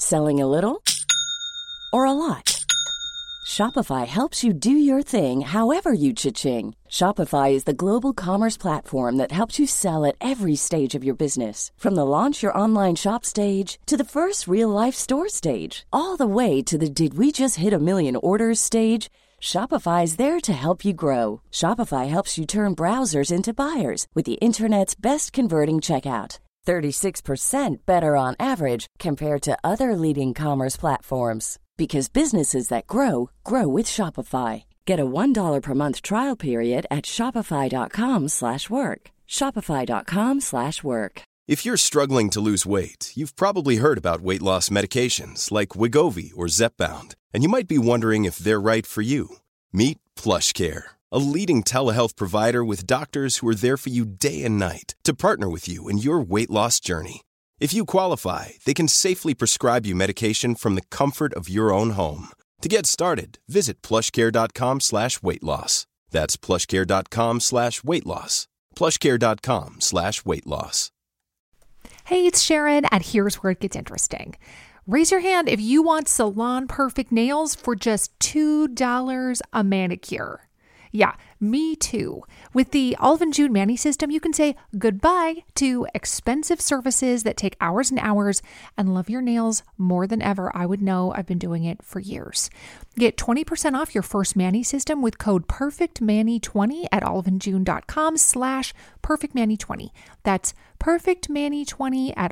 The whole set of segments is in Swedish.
Selling a little or a lot? Shopify helps you do your thing however you cha-ching. Shopify is the global commerce platform that helps you sell at every stage of your business. From the launch your online shop stage to the first real-life store stage, all the way to the did we just hit a million orders stage. Shopify is there to help you grow. Shopify helps you turn browsers into buyers with the internet's best converting checkout. 36% better on average compared to other leading commerce platforms. Because businesses that grow, grow with Shopify. Get a $1 per month trial period at shopify.com/work. Shopify.com/work. If you're struggling to lose weight, you've probably heard about weight loss medications like Wegovy or Zepbound, and you might be wondering if they're right for you. Meet PlushCare, a leading telehealth provider with doctors who are there for you day and night to partner with you in your weight loss journey. If you qualify, they can safely prescribe you medication from the comfort of your own home. To get started, visit plushcare.com/weightloss. That's plushcare.com/weightloss. plushcare.com/weightloss. Hey, it's Sharon, and here's where it gets interesting. Raise your hand if you want salon perfect nails for just $2 a manicure. Yeah, me too. With the Olive & June Mani system, you can say goodbye to expensive services that take hours and hours and love your nails more than ever. I would know. I've been doing it for years. Get 20% off your first Mani system with code PERFECTMANI20 at oliveandjune.com/PERFECTMANI20. That's PERFECTMANI20 at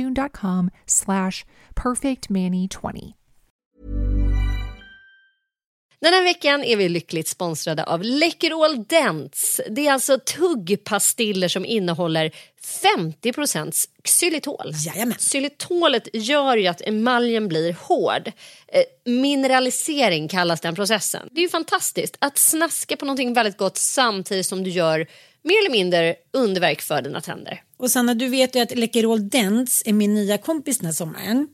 oliveandjune.com/PERFECTMANI20. Den här veckan är vi lyckligt sponsrade av Läkerol Dents. Det är alltså tuggpastiller som innehåller 50% xylitol. Jajamän. Xylitolet gör ju att emaljen blir hård. Mineralisering kallas den processen. Det är ju fantastiskt att snaska på någonting väldigt gott samtidigt som du gör mer eller mindre underverk för dina tänder. Och Sanna, du vet ju att Läkerol Dents är min nya kompis den här sommaren.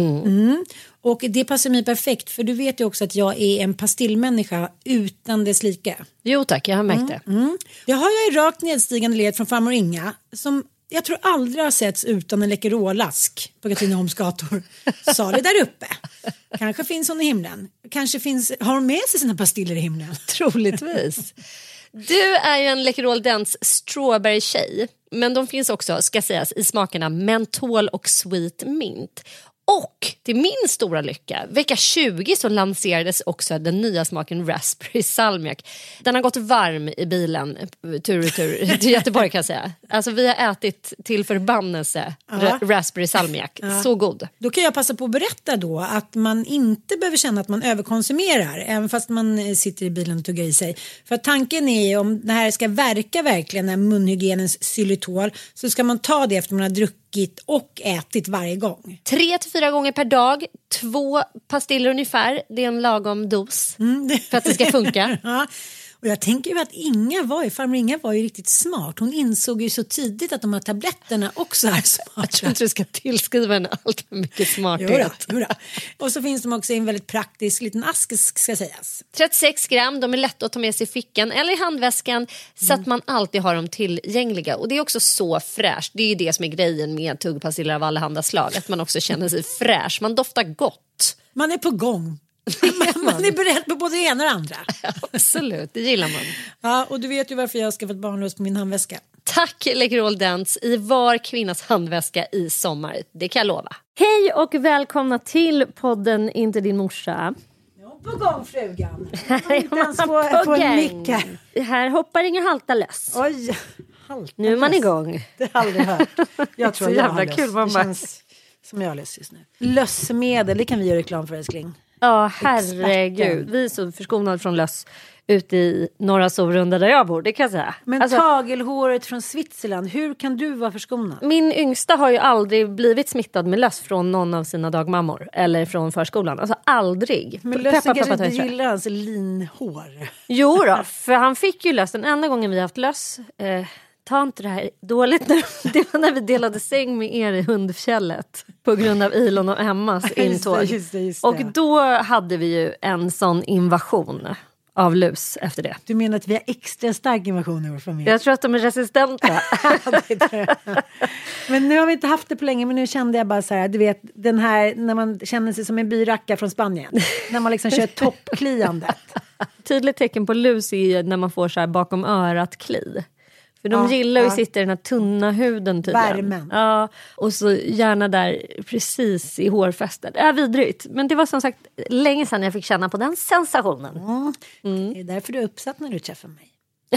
Och det passar mig perfekt, för du vet ju också att jag är en pastillmänniska utan dess like. Jo tack, jag har märkt det. Det har jag i rakt nedstigande led från farmor Inga, som jag tror aldrig har setts utan en Läkerolask på Katrineholms gator. Salig där uppe. Kanske finns hon i himlen. Har hon med sig sina pastiller i himlen? Troligtvis. Du är ju en Läkerol Dents strawberry-tjej. Men de finns också, ska sägas, i smakerna mentol och sweet mint. Och till min stora lycka, vecka 20 så lanserades också den nya smaken raspberry salmiak. Den har gått varm i bilen tur och tur till Göteborg kan jag säga. Alltså vi har ätit till förbannelse raspberry salmiak. Så god. Då kan jag passa på att berätta då att man inte behöver känna att man överkonsumerar även fast man sitter i bilen och tuggar i sig. För tanken är om det här ska verka verkligen när munhygienens xylitol, så ska man ta det efter man har druckit och ätit varje gång. 3-4 gånger per dag, 2 pastiller ungefär. Det är en lagom dos för att det ska funka. Ja. Och jag tänker ju att farmor Inga var ju riktigt smart. Hon insåg ju så tidigt att de här tabletterna också är smarta. Jag tror inte du ska tillskriva henne allt för mycket smarthet. Jodå. Och så finns de också i en väldigt praktisk liten ask, ska sägas. 36 gram, de är lätta att ta med sig i fickan eller i handväskan så att man alltid har dem tillgängliga. Och det är också så fräscht. Det är ju det som är grejen med tuggpastiller av alla handa slag. Att man också känner sig fräsch. Man doftar gott. Man är på gång. Man är beredd på både det ena och det andra. Absolut, det gillar man. Ja, och du vet ju varför jag har skaffat barnlös på min handväska. Tack Läkerol Dents i var kvinnas handväska i sommar. Det kan jag lova. Hej och välkomna till podden Inte din morsa. På gång frugan. Här hoppar inga halta löss. Oj, nu är man igång. Det har jag aldrig hört. Jag tror så jag jävla kul man bara. Som jag har löst just nu. Lössmedel, det kan vi göra reklam för, älskling. Ja, herregud. Vi är så förskonade från löss ute i norra Sovrunda där jag bor, det kan jag säga. Men tagelhåret från Switzerland, hur kan du vara förskonad? Min yngsta har ju aldrig blivit smittad med löss från någon av sina dagmammor eller från förskolan. Alltså aldrig. Men lössen kanske inte gillar hans linhår. Jo då, för han fick ju löss. Den enda gången vi haft löss... Ta inte det här dåligt nu. Det var när vi delade säng med er i Hundfjället på grund av Ilon och Emmas intåg. Just det. Och då hade vi ju en sån invasion av lus efter det. Du menar att vi har extra stark invasion i vår familj? Jag tror att de är resistenta. Det tror jag. Men nu har vi inte haft det på länge, men nu kände jag bara så här, du vet, den här när man känner sig som en byracka från Spanien. När man liksom kör toppkliandet. Tydligt tecken på lus är när man får så här bakom örat kli. För de gillar ju att sitta i den här tunna huden tydligen. Värmen. Ja, och så gärna där precis i hårfästet. Det är vidrigt. Men det var som sagt länge sedan jag fick känna på den sensationen. Det är därför du är uppsatt när du träffar mig.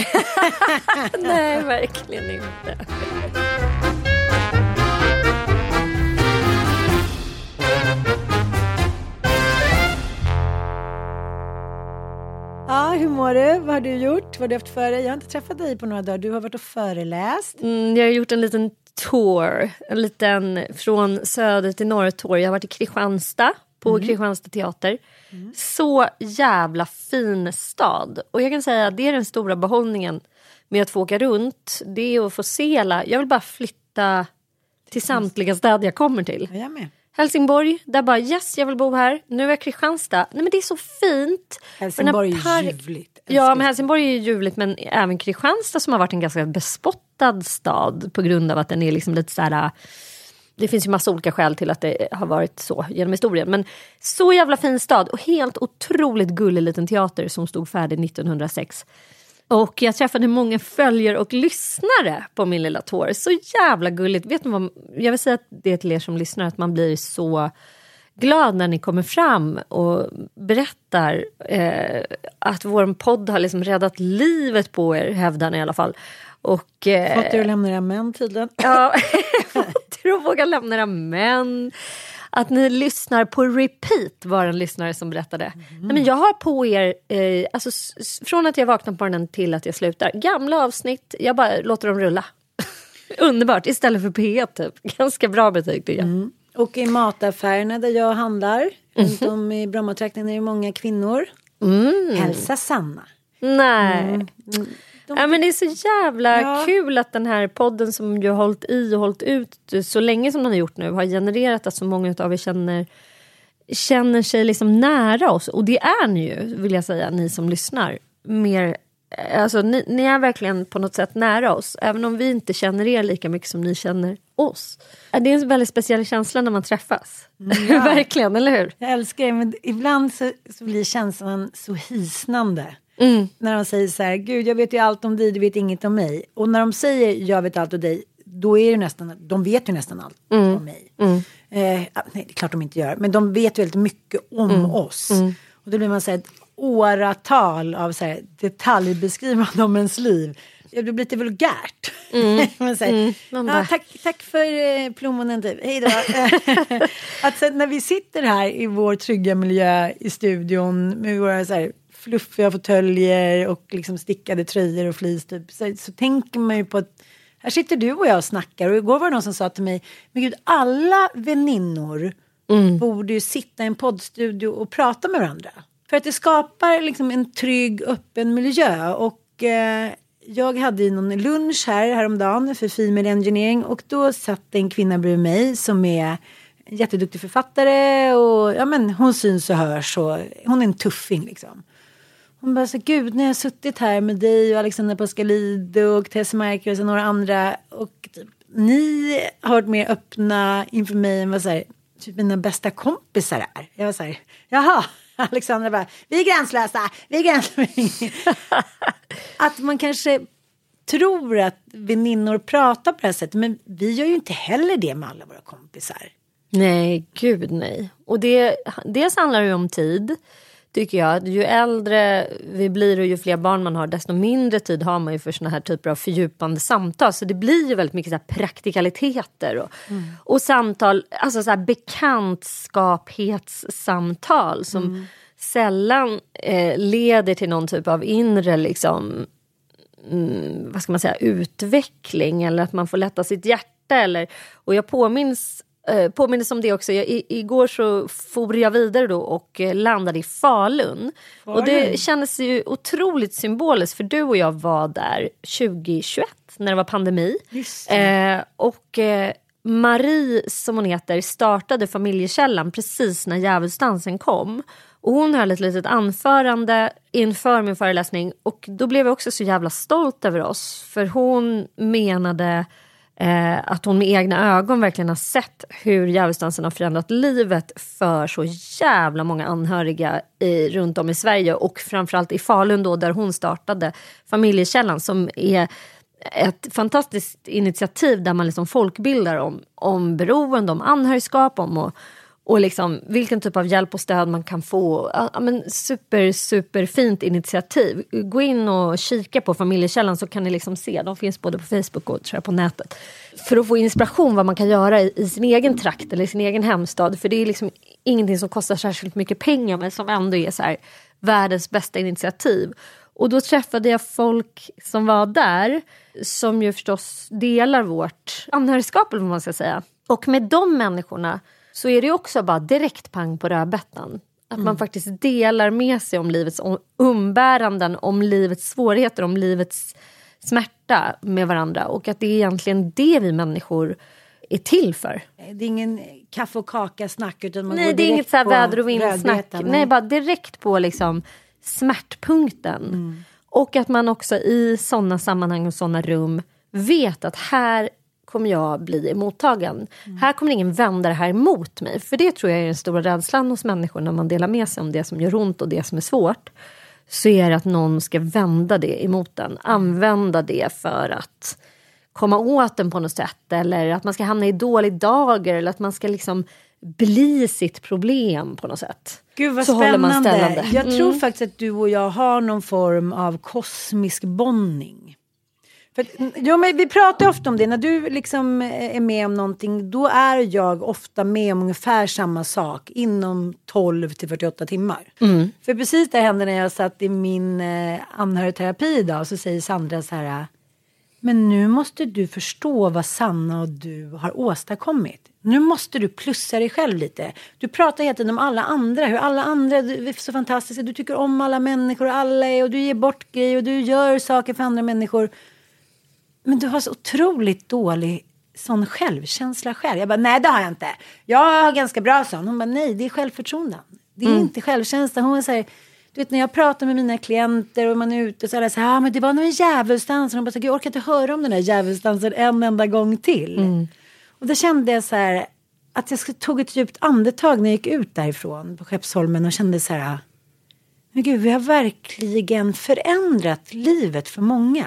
Nej, verkligen inte. Ja, hur mår du? Vad har du gjort? Vad har du haft för dig? Jag har inte träffat dig på några dagar. Du har varit och föreläst. Jag har gjort en liten tour. En liten från söder till norr tour. Jag har varit i Kristianstad. På Kristianstad teater. Så jävla fin stad. Och jag kan säga att det är den stora behållningen med att få åka runt. Det är att få se alla. Jag vill bara flytta till samtliga städer jag kommer till. Jag med. Helsingborg, där bara yes, jag vill bo här. Nu är jag Kristianstad. Nej, men det är så fint. Helsingborg är ljuvligt. Ja, men Helsingborg är ljuvligt, men även Kristianstad som har varit en ganska bespottad stad på grund av att den är liksom lite så här. Det finns ju massa olika skäl till att det har varit så genom historien. Men så jävla fin stad och helt otroligt gullig liten teater som stod färdig 1906. Och jag träffade många följare och lyssnare på min lilla tour. Så jävla gulligt. Vet ni vad? Jag vill säga det till er som lyssnar, att man blir så glad när ni kommer fram och berättar att vår podd har liksom räddat livet på er, hävdar ni i alla fall. Och, fått er att lämna era män tydligen. Ja, fått er att våga lämna era män. Att ni lyssnar på repeat, var en lyssnare som berättade. Nej, men jag har på er, alltså, från att jag vaknar på morgonen till att jag slutar. Gamla avsnitt, jag bara låter dem rulla. Underbart, istället för P1 typ. Ganska bra betyg tycker jag. Och i mataffärerna där jag handlar, runt om i Brommatrakten är det många kvinnor. Hälsa Sanna. Nej. Ja, men det är så jävla kul att den här podden som ju har hållit i och hållit ut så länge som den har gjort nu har genererat att så många av er känner sig liksom nära oss. Och det är ni ju, vill jag säga, ni som lyssnar. Mer, alltså, ni är verkligen på något sätt nära oss. Även om vi inte känner er lika mycket som ni känner oss. Det är en väldigt speciell känsla när man träffas. Ja. Verkligen, eller hur? Jag älskar det, men ibland så blir känslan så hisnande. När de säger så här, gud jag vet ju allt om dig, du vet inget om mig. Och när de säger jag vet allt om dig, då är det nästan, de vet ju nästan allt om mig. Nej, det är klart de inte gör, men de vet ju väldigt mycket om oss. Och då blir man så här, ett åratal av så här, detaljbeskrivande om ens liv. Det blir lite vulgärt. Man säger, tack för plommonen typ. Hej då. Att sen, när vi sitter här i vår trygga miljö i studion med våra så här fluffiga fåtöljer och liksom stickade tröjor och flis typ, så tänker man ju på att här sitter du och jag och snackar. Och igår var det någon som sa till mig, men gud, alla väninnor borde ju sitta i en poddstudio och prata med varandra. För att det skapar liksom en trygg, öppen miljö. Och jag hade ju någon lunch häromdagen för Female Engineering. Och då satt en kvinna bredvid mig som är en jätteduktig författare. Och ja, men hon syns och hörs. Och hon är en tuffing liksom. Hon bara så, gud, när jag har suttit här med dig och Alexandra Pascalidou och Tess Marcus och några andra. Och typ, ni har varit mer öppna inför mig än vad så här, typ mina bästa kompisar är. Jag var så här, jaha. Alexandra bara, vi är gränslösa. Att man kanske tror att väninnor pratar på det här sättet. Men vi gör ju inte heller det med alla våra kompisar. Nej, gud nej. Och dels handlar det ju om tid, tycker jag. Ju äldre vi blir och ju fler barn man har, desto mindre tid har man ju för såna här typer av fördjupande samtal. Så det blir ju väldigt mycket så här praktikaliteter och samtal, alltså så här bekantskaphetssamtal som sällan leder till någon typ av inre liksom, vad ska man säga, utveckling eller att man får lätta sitt hjärta eller, och jag påminns om det också. Igår så for jag vidare då och landade i Falun. Och det kändes ju otroligt symboliskt för du och jag var där 2021 när det var pandemi. Och Marie som hon heter startade Familjekällan precis när djävulsdansen kom. Och hon höll ett litet anförande inför min föreläsning. Och då blev jag också så jävla stolt över oss. För hon menade att hon med egna ögon verkligen har sett hur djävulsdansen har förändrat livet för så jävla många anhöriga runt om i Sverige. Och framförallt i Falun då, där hon startade Familjekällan, som är ett fantastiskt initiativ där man liksom folkbildar om beroende, om anhörigskap, och liksom vilken typ av hjälp och stöd man kan få. Ja, men super fint initiativ. Gå in och kika på Familjekällan så kan ni liksom se. De finns både på Facebook och tror jag, på nätet. För att få inspiration vad man kan göra i sin egen trakt eller i sin egen hemstad. För det är liksom ingenting som kostar särskilt mycket pengar, men som ändå är så här världens bästa initiativ. Och då träffade jag folk som var där, som ju förstås delar vårt anhörigskap, eller vad man ska säga. Och med de människorna så är det också bara direkt pang på rödbetan. Att man faktiskt delar med sig om livets umbäranden, om livets svårigheter, om livets smärta med varandra. Och att det är egentligen det vi människor är till för. Det är ingen kaffe och kaka snack, utan man nej, går det är inget så här väder och vindsnack. Nej, bara direkt på liksom smärtpunkten. Och att man också i sådana sammanhang och sådana rum vet att här kommer jag bli mottagen. Här kommer ingen vända det här emot mig. För det tror jag är den stora rädslan hos människor när man delar med sig om det som gör ont och det som är svårt. Så är det att någon ska vända det emot den. Använda det för att komma åt den på något sätt. Eller att man ska hamna i dålig dagar. Eller att man ska liksom bli sitt problem på något sätt. Gud vad så spännande. Jag tror faktiskt att du och jag har någon form av kosmisk bondning. Men vi pratar ofta om det. När du liksom är med om någonting, då är jag ofta med om ungefär samma sak inom 12-48 timmar. För precis det hände när jag satt i min anhörigterapi idag, så säger Sandra så här: men nu måste du förstå vad Sanna och du har åstadkommit. Nu måste du plussa dig själv lite. Du pratar hela tiden om alla andra. Hur alla andra är så fantastiska. Du tycker om alla människor och alla är. Och du ger bort grejer och du gör saker för andra människor. Men du har så otroligt dålig sån självkänsla själv. Jag bara, nej det har jag inte. Jag har ganska bra sån. Hon bara, nej det är självförtroende. Det är inte självkänsla. Hon säger, du vet när jag pratar med mina klienter och man är ute så är det så här, men det var nog en djävulsdans. Och de bara, jag orkar inte höra om den här djävulsdansen en enda gång till. Och då kände jag så här, att jag tog ett djupt andetag när jag gick ut därifrån på Skeppsholmen och kände så här, men gud, vi har verkligen förändrat livet för många.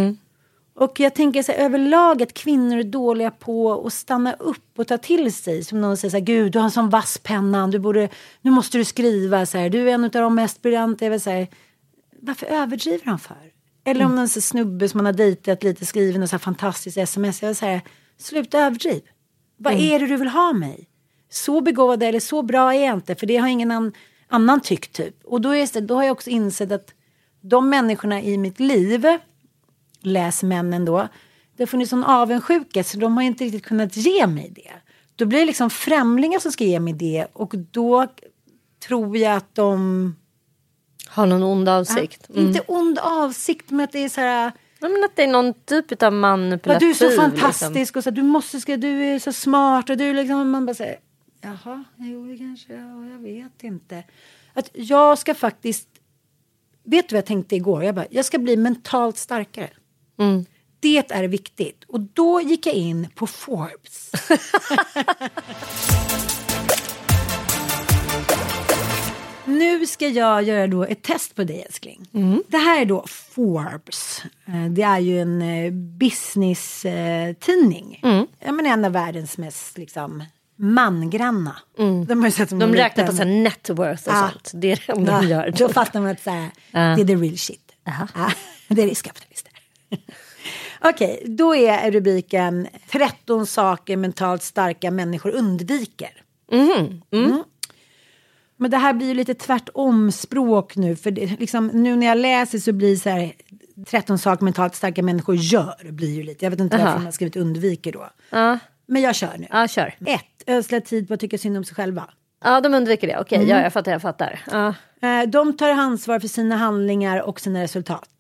Och jag tänker så här, överlag att kvinnor är dåliga på att stanna upp och ta till sig. Som någon säger så här, gud du har en sån vass penna, nu måste du skriva så här, du är en av de mest briljanta. Jag vill säga, varför överdriver han för? Eller om någon så snubbe som man har dejtat lite skriven och så här fantastiskt sms. Jag vill säga, sluta överdriv. Vad är det du vill ha mig? Så begåvad eller så bra är jag inte, för det har ingen annan tyckt typ. Och då har jag också insett att de människorna i mitt liv, läsmännen då, det har funnits sån avundsjuka så de har inte riktigt kunnat ge mig det. Då blir det liksom främlingar som ska ge mig det, och då tror jag att de har någon ond avsikt. Inte ond avsikt, men att det är så här, men att det är någon typ av manipulativ. du är så fantastisk liksom. Och så du är så smart och du liksom, man bara säger, jaha, jo kanske, jag vet inte. Att jag ska faktiskt, vet du vad jag tänkte igår? Jag ska bli mentalt starkare. Det är viktigt. Och då gick jag in på Forbes. Nu ska jag göra då ett test på dig, älskling. Det här är då Forbes. Det är ju en business-tidning. Jag menar en av världens mest liksom mangranna. De räknar på så här net worth och sånt. Det är det de gör. Då fattar man att så här, det är the real shit. Det är riskkapitalister. Okej, då är rubriken 13 saker mentalt starka människor undviker. Men det här blir ju lite tvärtom språk nu. För det, liksom, nu när jag läser så blir så här 13 saker mentalt starka människor gör. Blir ju lite. Jag vet inte varför man har skrivit undviker då. Men jag kör nu. Ja, kör. 1. Ödsla tid på att tycka synd om sig själva. Ja, de undviker det. Okej, ja, jag fattar. De tar ansvar för sina handlingar och sina resultat.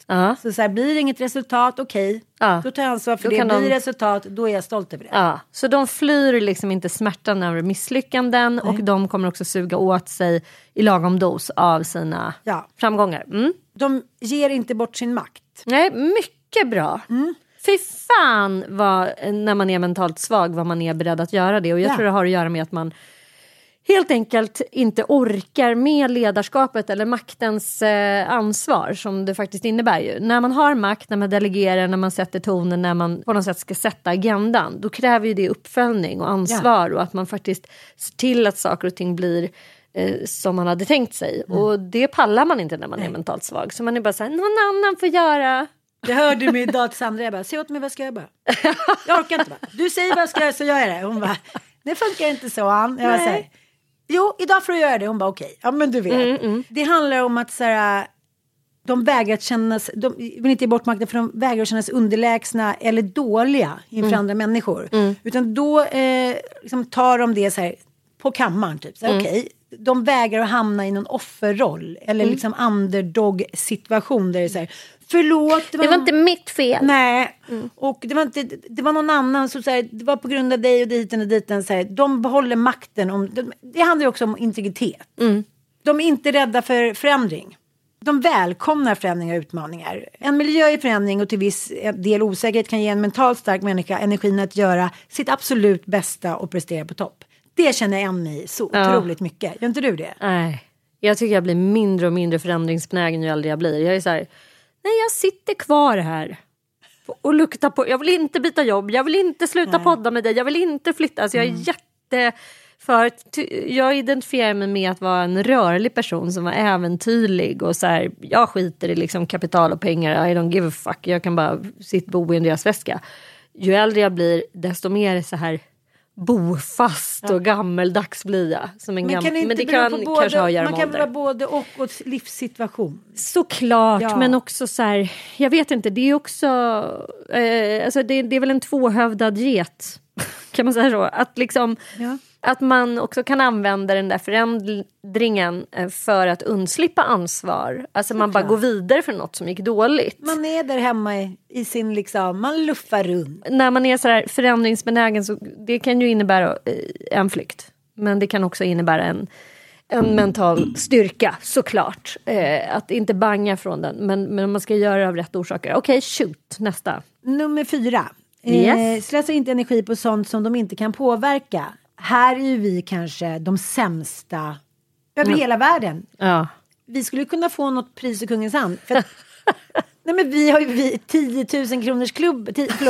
Så så här, blir det inget resultat, okej. Då tar jag ansvar för det. Blir resultat, då är jag stolt över det. Ja. Så de flyr liksom inte smärtan över misslyckanden. Och de kommer också suga åt sig i lagom dos av sina framgångar. De ger inte bort sin makt. Nej, mycket bra. Fy fan när man är mentalt svag, vad man är beredd att göra det. Och jag tror det har att göra med att man helt enkelt inte orkar med ledarskapet eller maktens ansvar som det faktiskt innebär ju. När man har makt, när man delegerar, när man sätter tonen, när man på något sätt ska sätta agendan, då kräver ju det uppföljning och ansvar och att man faktiskt ser till att saker och ting blir som man hade tänkt sig. Och det pallar man inte när man är mentalt svag. Så man är bara så här, någon annan får göra. Jag hörde mig idag till Sandra, jag bara, säg åt mig vad ska jag bara. Jag orkar inte bara. Du säger vad jag ska göra så gör jag det. Hon bara, det funkar inte så, Ann. Jag bara säger, jo, idag får du göra det. Hon bara, okej. Ja, men du vet. Det handlar om att så här, de vägrar att kännas, de vill inte ge bort makten för de vägrar att kännas underlägsna eller dåliga inför andra människor. Utan då liksom tar de det så här på kammaren typ. Så här, okej. De vägrar att hamna i någon offerroll eller liksom underdog-situation där det är så här, förlåt. Det var inte mitt fel. Nej, och det var någon annan som så här, det var på grund av dig och diten och diten. Så här, de behåller makten. Det handlar också om integritet. De är inte rädda för förändring. De välkomnar förändringar och utmaningar. En miljö i förändring och till viss del osäkerhet kan ge en mentalt stark människa energin att göra sitt absolut bästa och prestera på topp. Det känner jag mig så otroligt mycket. Gör inte du det? Nej, jag tycker jag blir mindre och mindre förändringsbenägen ju äldre jag blir. Jag är så här, nej, jag sitter kvar här och luktar på. Jag vill inte byta jobb, jag vill inte sluta podda med dig, jag vill inte flytta. Alltså jag är jag identifierar mig med att vara en rörlig person som var äventyrlig och så här, jag skiter i liksom kapital och pengar, I don't give a fuck, jag kan bara bo i en deras väska. Ju äldre jag blir, desto mer så här bofast och gammeldags blir jag. Som en men det kan kanske ha att göra med man kan vara både och livssituation. Såklart, men också så här, jag vet inte, det är också alltså det är väl en tvåhövdad get. Kan man säga så? Att liksom att man också kan använda den där förändringen för att undslippa ansvar. Alltså man bara går vidare för något som gick dåligt. Man är där hemma i sin liksom, man luffar runt. När man är så här förändringsbenägen så det kan ju innebära en flykt. Men det kan också innebära en mental styrka, såklart. Att inte banga från den. Men man ska göra det av rätt orsaker. Okej, shoot, nästa. Nummer 4. Slösa inte energi på sånt som de inte kan påverka. Här är ju vi kanske de sämsta över hela världen. Ja. Vi skulle kunna få något pris i kungens hand. För nej, men vi har ju 10 000 kronors klubb.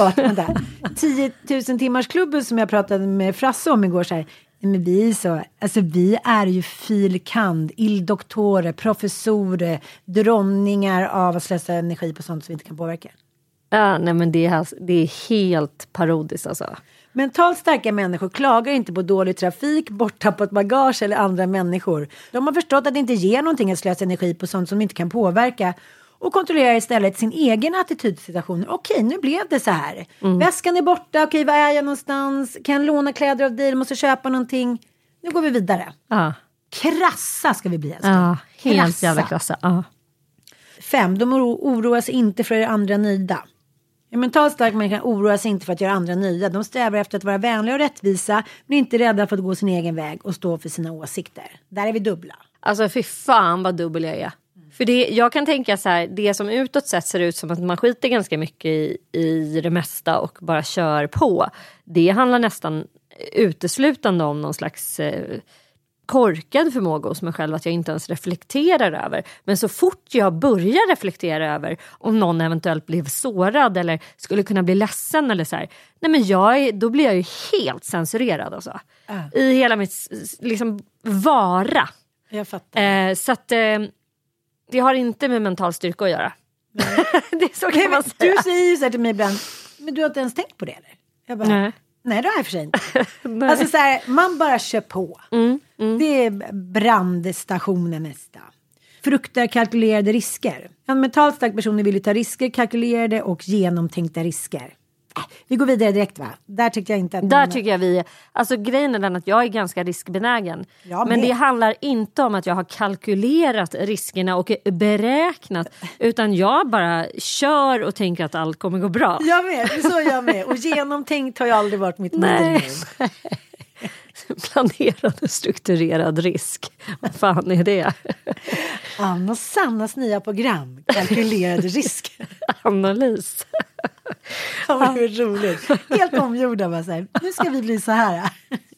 10 000 timmars klubben som jag pratade med Frasse om igår. Så här. Men vi är ju filkand, ildoktorer, professorer, dronningar av att slösa energi på sånt som vi inte kan påverka. Ja, nej men det är helt parodiskt alltså. Mentalt starka människor klagar inte på dålig trafik, borttappat bagage eller andra människor. De har förstått att det inte ger någonting att slösa energi på sånt som de inte kan påverka och kontrollerar istället sin egen attitydssituation. Okej, nu blev det så här. Väskan är borta, okej, var är jag någonstans? Kan jag låna kläder av dig? Måste köpa någonting? Nu går vi vidare. Krassa ska vi bli. Ja, helt jävla krassa. 5. De oroar sig inte för att andra nöjda. En mentalt stark människa oroar sig inte för att göra andra nöjda. De strävar efter att vara vänliga och rättvisa, men inte rädda för att gå sin egen väg och stå för sina åsikter. Där är vi dubbla. Alltså fy fan vad dubbel jag är. För jag kan tänka så här, det som utåt sett ser ut som att man skiter ganska mycket i det mesta och bara kör på. Det handlar nästan uteslutande om någon slags korkad förmåga hos mig själv att jag inte ens reflekterar över. Men så fort jag börjar reflektera över om någon eventuellt blev sårad eller skulle kunna bli ledsen eller så här, nej men då blir jag ju helt censurerad alltså. I hela mitt liksom vara. Jag fattar. Så att det har inte med mental styrka att göra. Det är så kan man säga. Du säger ju så här till mig ibland, men du har inte ens tänkt på det eller? Jag bara, nej det har jag för sig inte. Alltså så här, man bara kör på. Det är brandstationen nästa. Fruktar kalkylerade risker. En mentalt stark person vill ju ta risker, kalkylerade och genomtänkta risker. Vi går vidare direkt, va? Där tycker jag inte att... Där tycker jag vi... Alltså grejen är den att jag är ganska riskbenägen. Men det handlar inte om att jag har kalkylerat riskerna och beräknat. Utan jag bara kör och tänker att allt kommer gå bra. Jag med, så jag med. Och genomtänkt har ju aldrig varit mitt mål. Planerad och strukturerad risk. Vad fan är det? Anna och Sannas nya program. Kalkylerad risk. Analys. Ja, det var roligt. Helt omgjorda. Bara så här. Nu ska vi bli så här.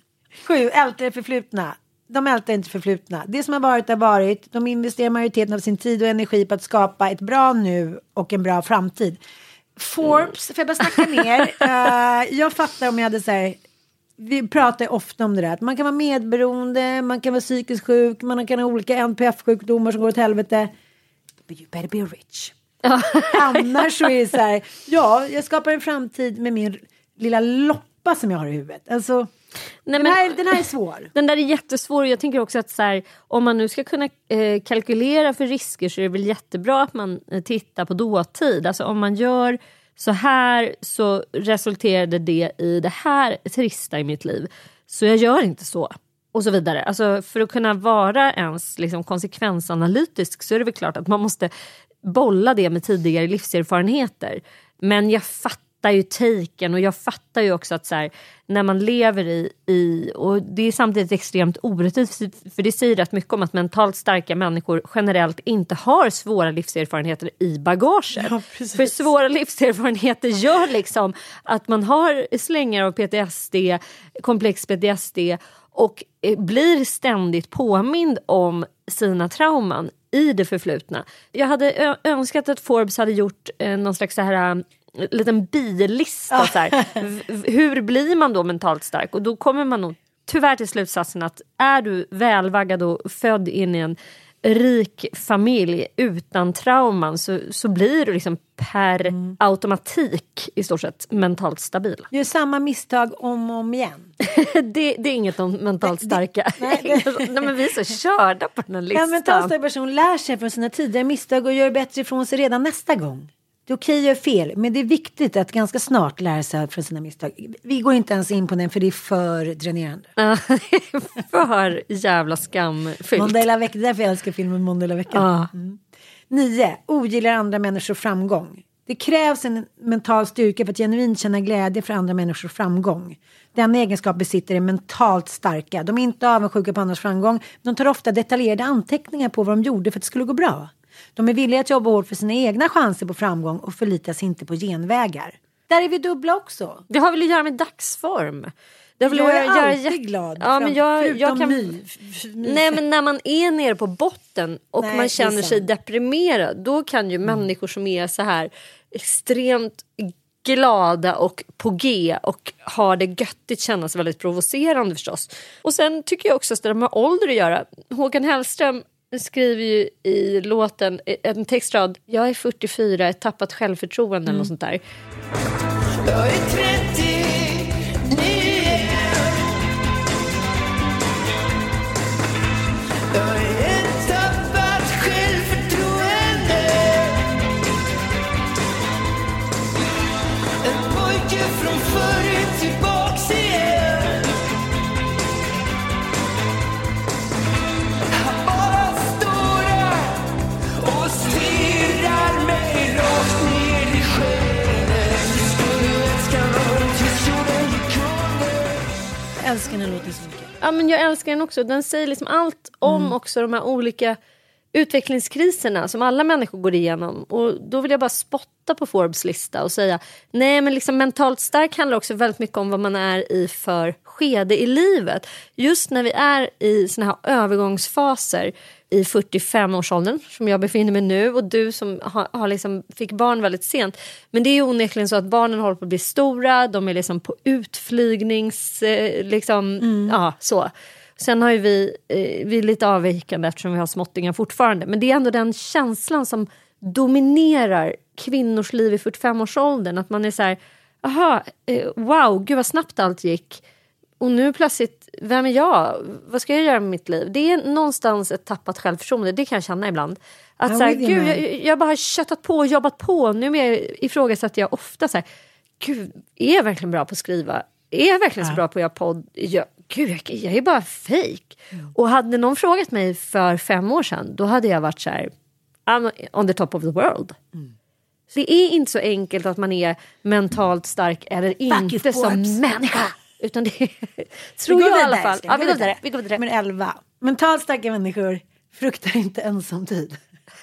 7. Ältar det förflutna. De ältar inte förflutna. Det som har varit har varit. De investerar majoriteten av sin tid och energi på att skapa ett bra nu och en bra framtid. Forbes, får jag bara snacka ner? Jag fattar om jag hade så här... Vi pratar ofta om det där. Att man kan vara medberoende, man kan vara psykiskt sjuk, man kan ha olika NPF-sjukdomar som går åt helvete. But you better be rich. Annars så är det så här, jag skapar en framtid med min lilla loppa som jag har i huvudet. Alltså, den här är svår. Den där är jättesvår. Jag tänker också att så här, om man nu ska kunna kalkylera för risker så är det väl jättebra att man tittar på dåtid. Alltså om man gör så här så resulterade det i det här trista i mitt liv. Så jag gör inte så. Och så vidare. Alltså för att kunna vara ens liksom konsekvensanalytisk så är det väl klart att man måste bolla det med tidigare livserfarenheter. Men jag fattar ju taken och jag fattar ju också att så här, när man lever i och det är samtidigt extremt orättvist för det säger rätt mycket om att mentalt starka människor generellt inte har svåra livserfarenheter i bagaget. Ja, för svåra livserfarenheter gör liksom att man har slängar av PTSD, komplex PTSD och blir ständigt påmind om sina trauman i det förflutna. Jag hade önskat att Forbes hade gjort någon slags så här liten bilista så här. Hur blir man då mentalt stark? Och då kommer man nog tyvärr till slutsatsen att är du välvaggad och född in i en rik familj utan trauman så blir du liksom per automatik i stort sett mentalt stabil. Gör samma misstag om och om igen. det är inget om mentalt starka. Nej, men vi är så körda på den här listan. En mentalt stark person lär sig från sina tidigare misstag och gör bättre ifrån sig redan nästa gång. Det är okej att göra fel, men det är viktigt att ganska snart lära sig från sina misstag. Vi går inte ens in på den för det är för dränerande. För jävla skamfyllt. Måndag hela veckan, därför jag älskar filmen Måndag hela veckan. 9. Ogillar andra människors framgång. Det krävs en mental styrka för att genuint känna glädje för andra människors framgång. Denna egenskap besitter är mentalt starka. De är inte avundsjuka på andras framgång. De tar ofta detaljerade anteckningar på vad de gjorde för att det skulle gå bra. De är villiga att jobba hårt för sina egna chanser på framgång och förlitar sig inte på genvägar. Där är vi dubbla också. Det har väl att göra med dagsform. Jag är alltid glad. Ja, men jag kan... Nej, men när man är nere på botten och man känner sig deprimerad, då kan ju människor som är så här extremt glada och på G och har det göttigt kännas väldigt provocerande förstås. Och sen tycker jag också att det med ålder att göra. Håkan Hellström skriver ju i låten en textrad: jag är 44, ett tappat självförtroende eller något sånt där. Jag är 30. Jag älskar den låten så mycket. Ja, men jag älskar den också. Den säger liksom allt om också de här olika utvecklingskriserna som alla människor går igenom. Och då vill jag bara spotta på Forbes lista och säga, nej men liksom mentalt stark handlar också väldigt mycket om vad man är i för skede i livet. Just när vi är i såna här övergångsfaser i 45-årsåldern som jag befinner mig nu och du som har liksom fick barn väldigt sent. Men det är ju onekligen så att barnen håller på att bli stora, de är liksom på utflygnings ja, så. Sen har ju vi är lite avvikande eftersom vi har småttingar fortfarande. Men det är ändå den känslan som dominerar kvinnors liv i 45-årsåldern. Att man är så här, aha, wow, gud vad snabbt allt gick. Och nu plötsligt, vem är jag? Vad ska jag göra med mitt liv? Det är någonstans ett tappat självförtroende. Det kan jag känna ibland. Att så här, gud, jag bara har köttat på och jobbat på. Nu ifrågasätter jag ofta så här, gud, är jag verkligen bra på att skriva? Är jag verkligen så bra på att göra podd? Jag är bara fake. Och hade någon frågat mig för 5 år sedan, då hade jag varit så här, I'm on the top of the world. Så det är inte så enkelt att man är mentalt stark eller inte som människa. Utan det tror jag i alla fall. Ja, vi går vidare. Men 11. Mentalt starka människor fruktar inte ensamtid.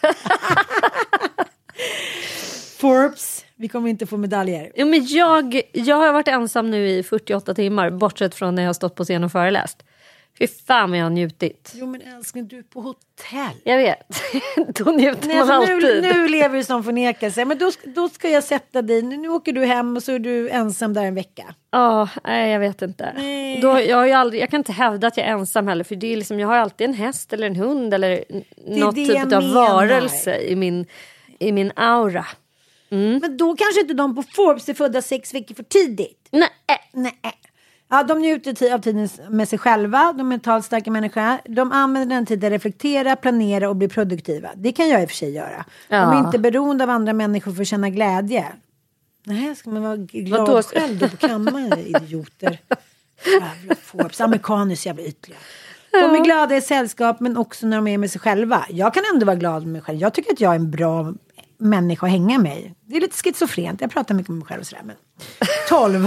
Forbes, vi kommer inte få medaljer. Jo, men jag har varit ensam nu i 48 timmar, bortsett från när jag har stått på scen och föreläst. Fy fan vad jag har njutit. Jo men älskling, du är på hotell. Jag vet. Då njuter man alltid. Nu lever du som förnekelse. Men då ska jag sätta dig. Nu åker du hem och så är du ensam där en vecka. Nej, jag vet inte. Jag kan inte hävda att jag är ensam heller. För det är liksom, jag har alltid en häst eller en hund eller något typ av varelse i min aura. Men då kanske inte de på Forbes är födda 6 veckor för tidigt. Nej. Ja, de njuter av tiden med sig själva. De är mentalt starka människor. De använder den tiden att reflektera, planera och bli produktiva. Det kan jag i och för sig göra. De är inte beroende av andra människor för att känna glädje. Nej, ska man vara glad själv då på kammaren, idioter. Jävla Forbes, amerikanus jävla ytliga. De är glada i sällskap men också när de är med sig själva. Jag kan ändå vara glad med mig själv. Jag tycker att jag är en bra människa att hänga med. Det är lite schizofrent. Jag pratar mycket med mig själv och sådär. Men 12.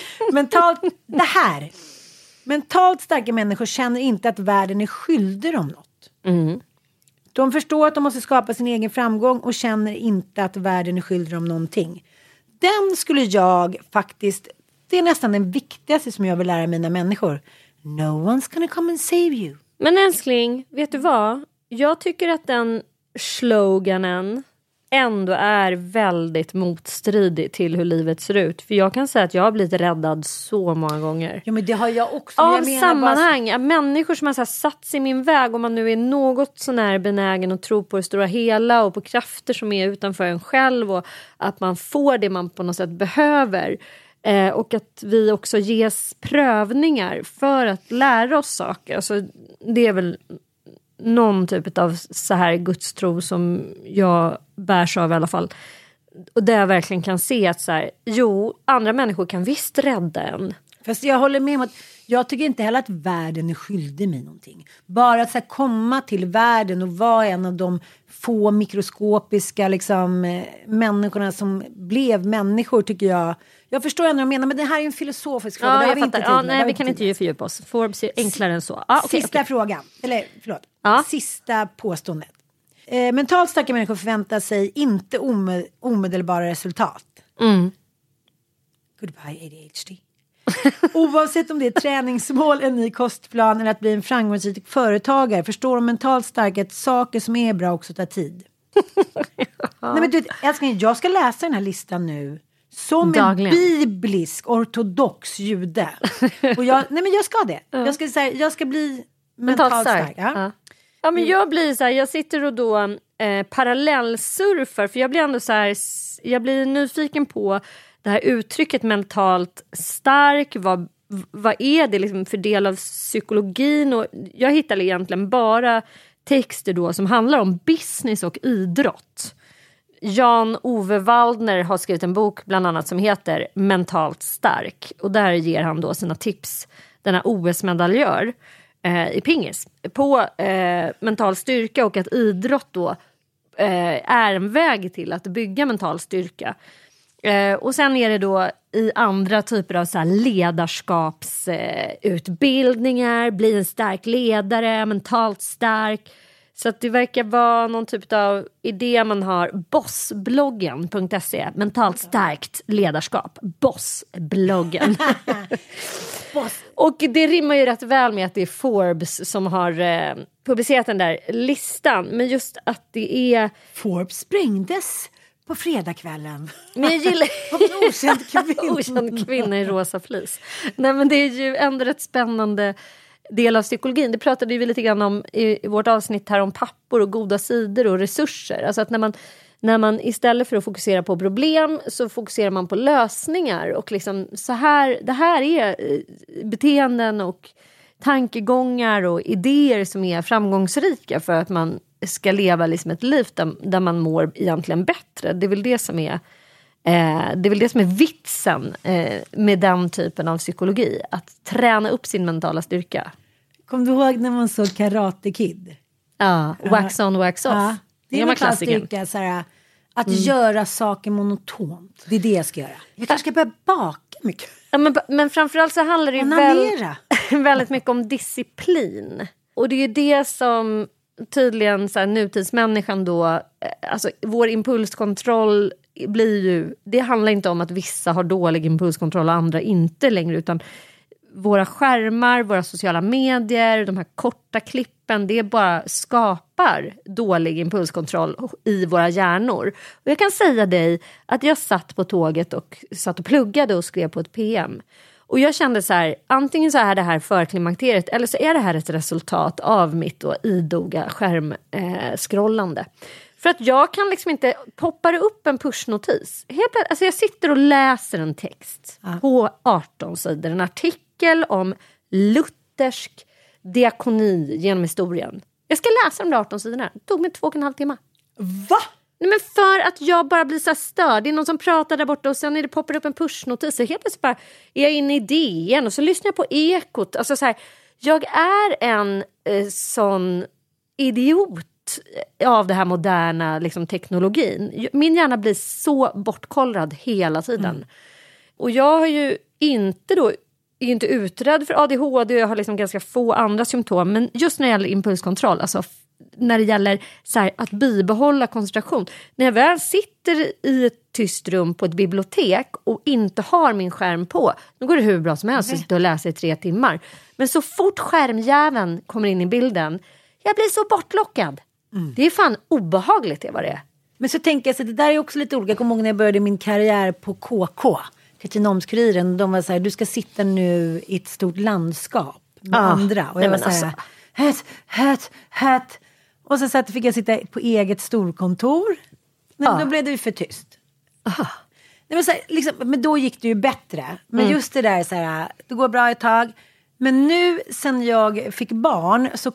Mentalt starka människor känner inte att världen är skyldig dem något. De förstår att de måste skapa sin egen framgång och känner inte att världen är skyldig dem någonting. Den skulle jag faktiskt, det är nästan den viktigaste som jag vill lära mina människor. No one's gonna come and save you. Men älskling, vet du vad? Jag tycker att den sloganen ändå är väldigt motstridig till hur livet ser ut. För jag kan säga att jag har blivit räddad så många gånger. Ja, men det har jag också. Av sammanhang. Bara... Människor som har så här satt sig i min väg. Om man nu är något sån här benägen att tro på det stora hela. Och på krafter som är utanför en själv. Och att man får det man på något sätt behöver. Och att vi också ges prövningar för att lära oss saker. Alltså, det är väl någon typ av så här gudstro som jag bärs av i alla fall. Och där jag verkligen kan se att så här, andra människor kan visst rädda en. Fast jag håller med om att jag tycker inte heller att världen är skyldig mig någonting. Bara att så här, komma till världen och vara en av de få mikroskopiska liksom, människorna som blev människor tycker jag. Jag förstår ändå vad jag menar, men det här är en filosofisk fråga. Ja, jag fattar. Vi kan inte fördjupa oss. Forbes är enklare än så. Sista frågan. Eller, förlåt. Sista påståendet. Mentalt starka människor förväntar sig inte omedelbara resultat. Goodbye ADHD. Oavsett om det är träningsmål, en ny kostplan eller att bli en framgångsrik företagare förstår de mentalt starka att saker som är bra också tar tid. Nej, men du, jag ska läsa den här listan nu som dagligen. En biblisk ortodox jude. Och jag ska det. Jag ska bli mentalt stark. Ja, men jag blir så här, jag sitter och då parallellsurfar, för jag blir ändå så här, jag blir nyfiken på det här uttrycket mentalt stark. Vad är det liksom för del av psykologin? Och jag hittar egentligen bara texter då som handlar om business och idrott. Jan-Ove Waldner har skrivit en bok bland annat som heter Mentalt stark. Och där ger han då sina tips, denna OS-medaljör i pingis, på mental styrka, och att idrott då är en väg till att bygga mental styrka. Och sen är det då i andra typer av så här ledarskapsutbildningar, bli en stark ledare, mentalt stark. Så att det verkar vara någon typ av idé man har. Bossbloggen.se, mentalt starkt ledarskap. Bossbloggen. Och det rimmar ju rätt väl med att det är Forbes som har publicerat den där listan. Men just att det är... Forbes sprängdes på fredagskvällen. Men jag gillar... Okänd kvinna i rosa flis. Nej, men det är ju ändå rätt spännande del av psykologin. Det pratade vi lite grann om i vårt avsnitt här om pappor och goda sidor och resurser. Alltså att när man istället för att fokusera på problem så fokuserar man på lösningar. Och liksom så här, det här är beteenden och tankegångar och idéer som är framgångsrika för att man ska leva liksom ett liv där man mår egentligen bättre. Det är väl det som är Det är väl det som är vitsen med den typen av psykologi. Att träna upp sin mentala styrka. Kom du ihåg när man såg Karate Kid? Ja, wax on, wax off. Ja, det är mentala styrka, såhär, att göra saker monotont. Det är det jag ska göra. Jag kanske ska börja baka mycket. Ja, men framförallt så handlar det ju väldigt mycket om disciplin. Och det är ju det som tydligen så här, nutidsmänniskan då, alltså vår impulskontroll blir ju, det handlar inte om att vissa har dålig impulskontroll och andra inte längre, utan våra skärmar, våra sociala medier, de här korta klippen, det bara skapar dålig impulskontroll i våra hjärnor. Och jag kan säga dig att jag satt på tåget och satt och pluggade och skrev på ett PM. Och jag kände så här, antingen så är det här förklimakteriet eller så är det här ett resultat av mitt då idoga skärmskrollande. För att jag kan liksom inte poppa upp en pushnotis. Alltså jag sitter och läser en text på 18 sidor, en artikel om luthersk diakoni genom historien. Jag ska läsa de där 18 sidorna. Det tog mig 2,5 timmar. Va? Nej, men för att jag bara blir så här störd. Det är någon som pratar där borta och sen är det poppar upp en pushnotis. Så helt plötsligt bara är jag inne i DN och så lyssnar jag på Ekot. Alltså så här, jag är en sån idiot av det här moderna liksom, teknologin. Min hjärna blir så bortkollrad hela tiden. Och jag har ju är inte utredd för ADHD och jag har liksom ganska få andra symptom. Men just när det gäller impulskontroll, alltså när det gäller så här, att bibehålla koncentration. När jag väl sitter i ett tyst rum på ett bibliotek och inte har min skärm på, då går det hur bra som helst att sitta och läsa i 3 timmar. Men så fort skärmjäveln kommer in i bilden, jag blir så bortlockad. Det är fan obehagligt det var det. Men så tänker jag så det där är också lite olika. Jag kommer ihåg när jag började min karriär på KK. Kristinehamnskuriren. De var så här, du ska sitta nu i ett stort landskap med andra. Och jag var så här, hät. Och så fick jag sitta på eget storkontor. Men då blev det ju för tyst. Nej, men, så här, liksom, men då gick det ju bättre. Men just det där så här, det går bra ett tag. Men nu sen jag fick barn så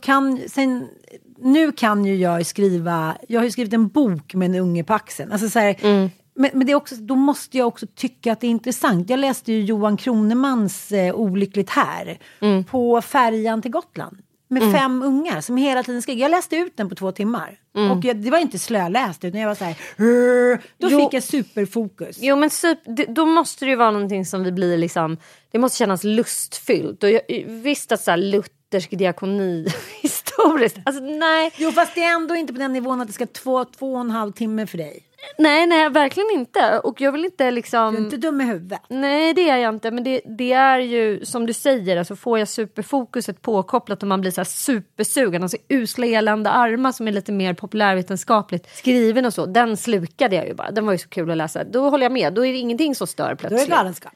nu kan ju jag skriva, jag har ju skrivit en bok med en unge på axeln. Alltså så här, men det är också, då måste jag också tycka att det är intressant. Jag läste ju Johan Kronemans Olyckligt här på färjan till Gotland. Med 5 ungar som hela tiden skrek. Jag läste ut den på 2 timmar. Och det var inte slöläst utan jag var så här. Då fick jag superfokus. Jo men då måste det ju vara någonting som vi blir liksom. Det måste kännas lustfyllt. Och jag visste att så här luthersk diakoni historiskt. Alltså nej. Jo fast det är ändå inte på den nivån att det ska 2,5 timmar för dig. Nej, verkligen inte. Och jag vill inte liksom... Du är inte dum i huvudet. Nej, det är jag inte. Men det är ju, som du säger, alltså får jag superfokuset påkopplat och man blir så här supersugen. Alltså usla elända armar som är lite mer populärvetenskapligt skriven och så. Den slukade jag ju bara. Den var ju så kul att läsa. Då håller jag med. Då är det ingenting som stör plötsligt. Då är det galenskap.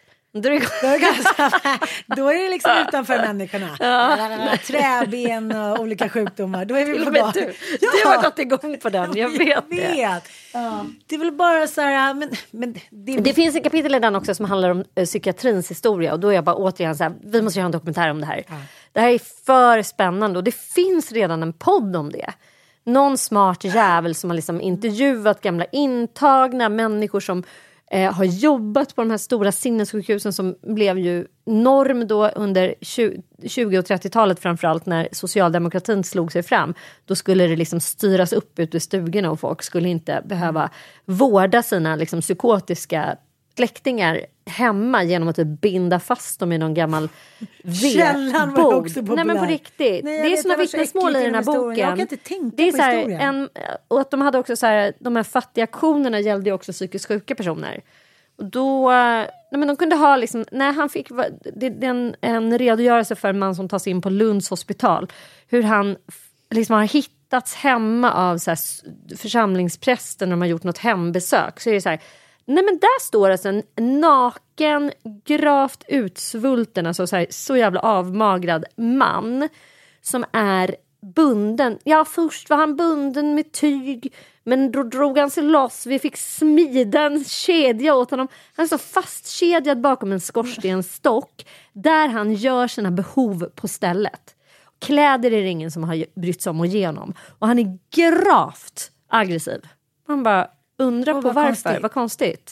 Då är det liksom utanför människorna. Träben och olika sjukdomar. Då är vi på bra. Du har gått igång på den. Jag vet det. Det är väl bara så här. Men det finns en kapitel i den också som handlar om psykiatrins historia. Och då är jag bara återigen så här. Vi måste göra en dokumentär om det här. Det här är för spännande. Och det finns redan en podd om det. Någon smart jävel som har liksom intervjuat gamla intagna människor som har jobbat på de här stora sinnessjukhusen som blev ju norm då under 20- och 30-talet framförallt när socialdemokratin slog sig fram. Då skulle det liksom styras upp ut i stugorna och folk skulle inte behöva vårda sina liksom psykotiska släktingar hemma genom att typ binda fast dem i någon gammal vedbod. Nej men på riktigt. Det är såna vittnesmål i den här boken. Jag kan inte tänka det är på så här, historien. och att de hade också så här, de här fattiga aktionerna gällde ju också psykiskt sjuka personer. Och då, men de kunde ha liksom, när han fick en redogörelse för en man som tas in på Lunds hospital. Hur han liksom har hittats hemma av så här, församlingsprästen när de har gjort något hembesök. Så är det så här. Nej men där står alltså en naken, gravt utsvulten, alltså så jävla avmagrad man som är bunden. Ja, först var han bunden med tyg, men då drog han sig loss. Vi fick smida en kedja åt honom. Han är så fastkedjad bakom en skorstenstock där han gör sina behov på stället. Kläder är det ingen som har brytt sig om att ge honom. Och han är gravt aggressiv. Man bara undrar på varför. Vad konstigt.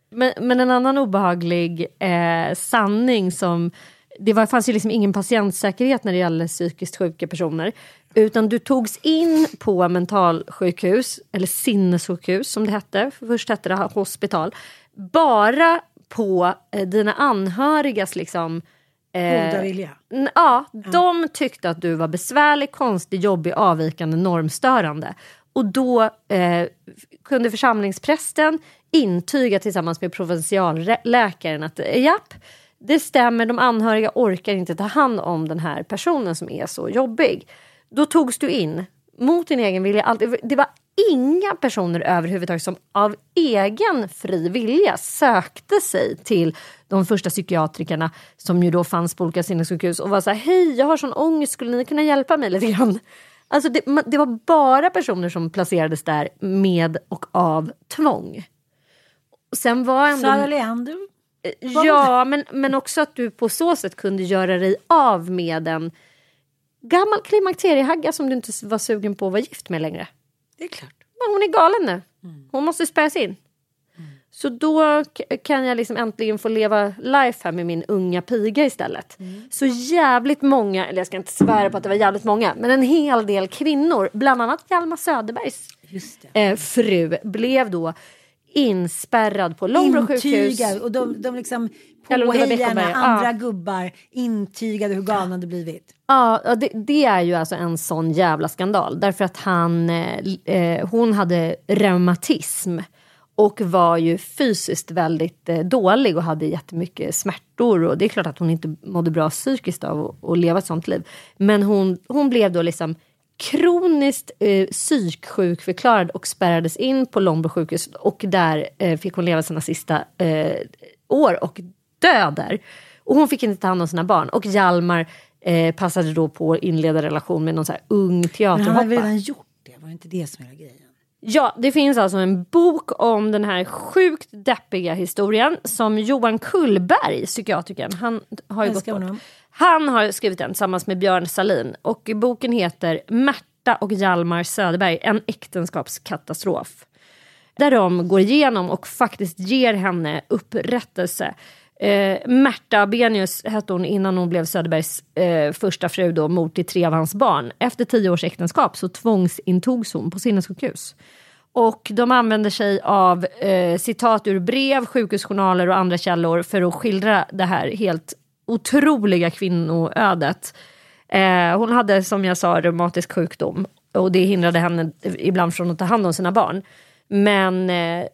Men en annan obehaglig sanning som... fanns ju liksom ingen patientsäkerhet när det gäller psykiskt sjuka personer. Utan du togs in på mentalsjukhus, eller sinnessjukhus som det hette. Först hette det hospital. Bara på dina anhörigas liksom... goda vilja. Ja, de tyckte att du var besvärlig, konstig, jobbig, avvikande, normstörande. Och då kunde församlingsprästen intyga tillsammans med provinsialläkaren att japp, det stämmer, de anhöriga orkar inte ta hand om den här personen som är så jobbig. Då togs du in mot din egen vilja. Det var inga personer överhuvudtaget som av egen fri vilja sökte sig till de första psykiatrikerna som ju då fanns på olika sinnessjukhus och var så här: hej, jag har sån ångest, skulle ni kunna hjälpa mig lite grann? Alltså det var bara personer som placerades där med och av tvång. Sen var ändå... Sara Leander? Ja, men också att du på så sätt kunde göra dig av med en gammal klimakteriehagga som du inte var sugen på att vara gift med längre. Det är klart. Men hon är galen nu. Hon måste spärras in. Så då kan jag liksom äntligen få leva life här med min unga piga istället. Så jävligt många, eller jag ska inte svära på att det var jävligt många, men en hel del kvinnor, bland annat Hjalmar Söderbergs fru, blev då inspärrad på Långbro sjukhus. Och de liksom påhejarna, andra gubbar intygade hur galna det blivit. Ja, det är ju alltså en sån jävla skandal. Därför att hon hade reumatism och var ju fysiskt väldigt dålig och hade jättemycket smärtor. Och det är klart att hon inte mådde bra psykiskt av att leva ett sånt liv. Men hon blev då liksom kroniskt psyksjuk förklarad och spärrades in på Långbro sjukhus. Och där fick hon leva sina sista år och dö där. Och hon fick inte ta hand om sina barn. Och Hjalmar passade då på att inleda relation med någon så här ung teaterhoppa. Men han hade redan gjort det, var inte det som är grejen? Ja, det finns alltså en bok om den här sjukt deppiga historien som Johan Kullberg, psykiatrikern, han har ju gått bort. Han har skrivit den tillsammans med Björn Salin och boken heter Märta och Hjalmar Söderberg, en äktenskapskatastrof. Där de går igenom och faktiskt ger henne upprättelse. Märta Benius hette hon innan hon blev Söderbergs första fru då, mor till 3 av hans barn. Efter 10 års äktenskap så tvångsintogs hon på sinnessjukhus. Och de använder sig av citat ur brev, sjukhusjournaler och andra källor för att skildra det här helt otroliga kvinnoödet. Hon hade, som jag sa, reumatisk sjukdom och det hindrade henne ibland från att ta hand om sina barn. Men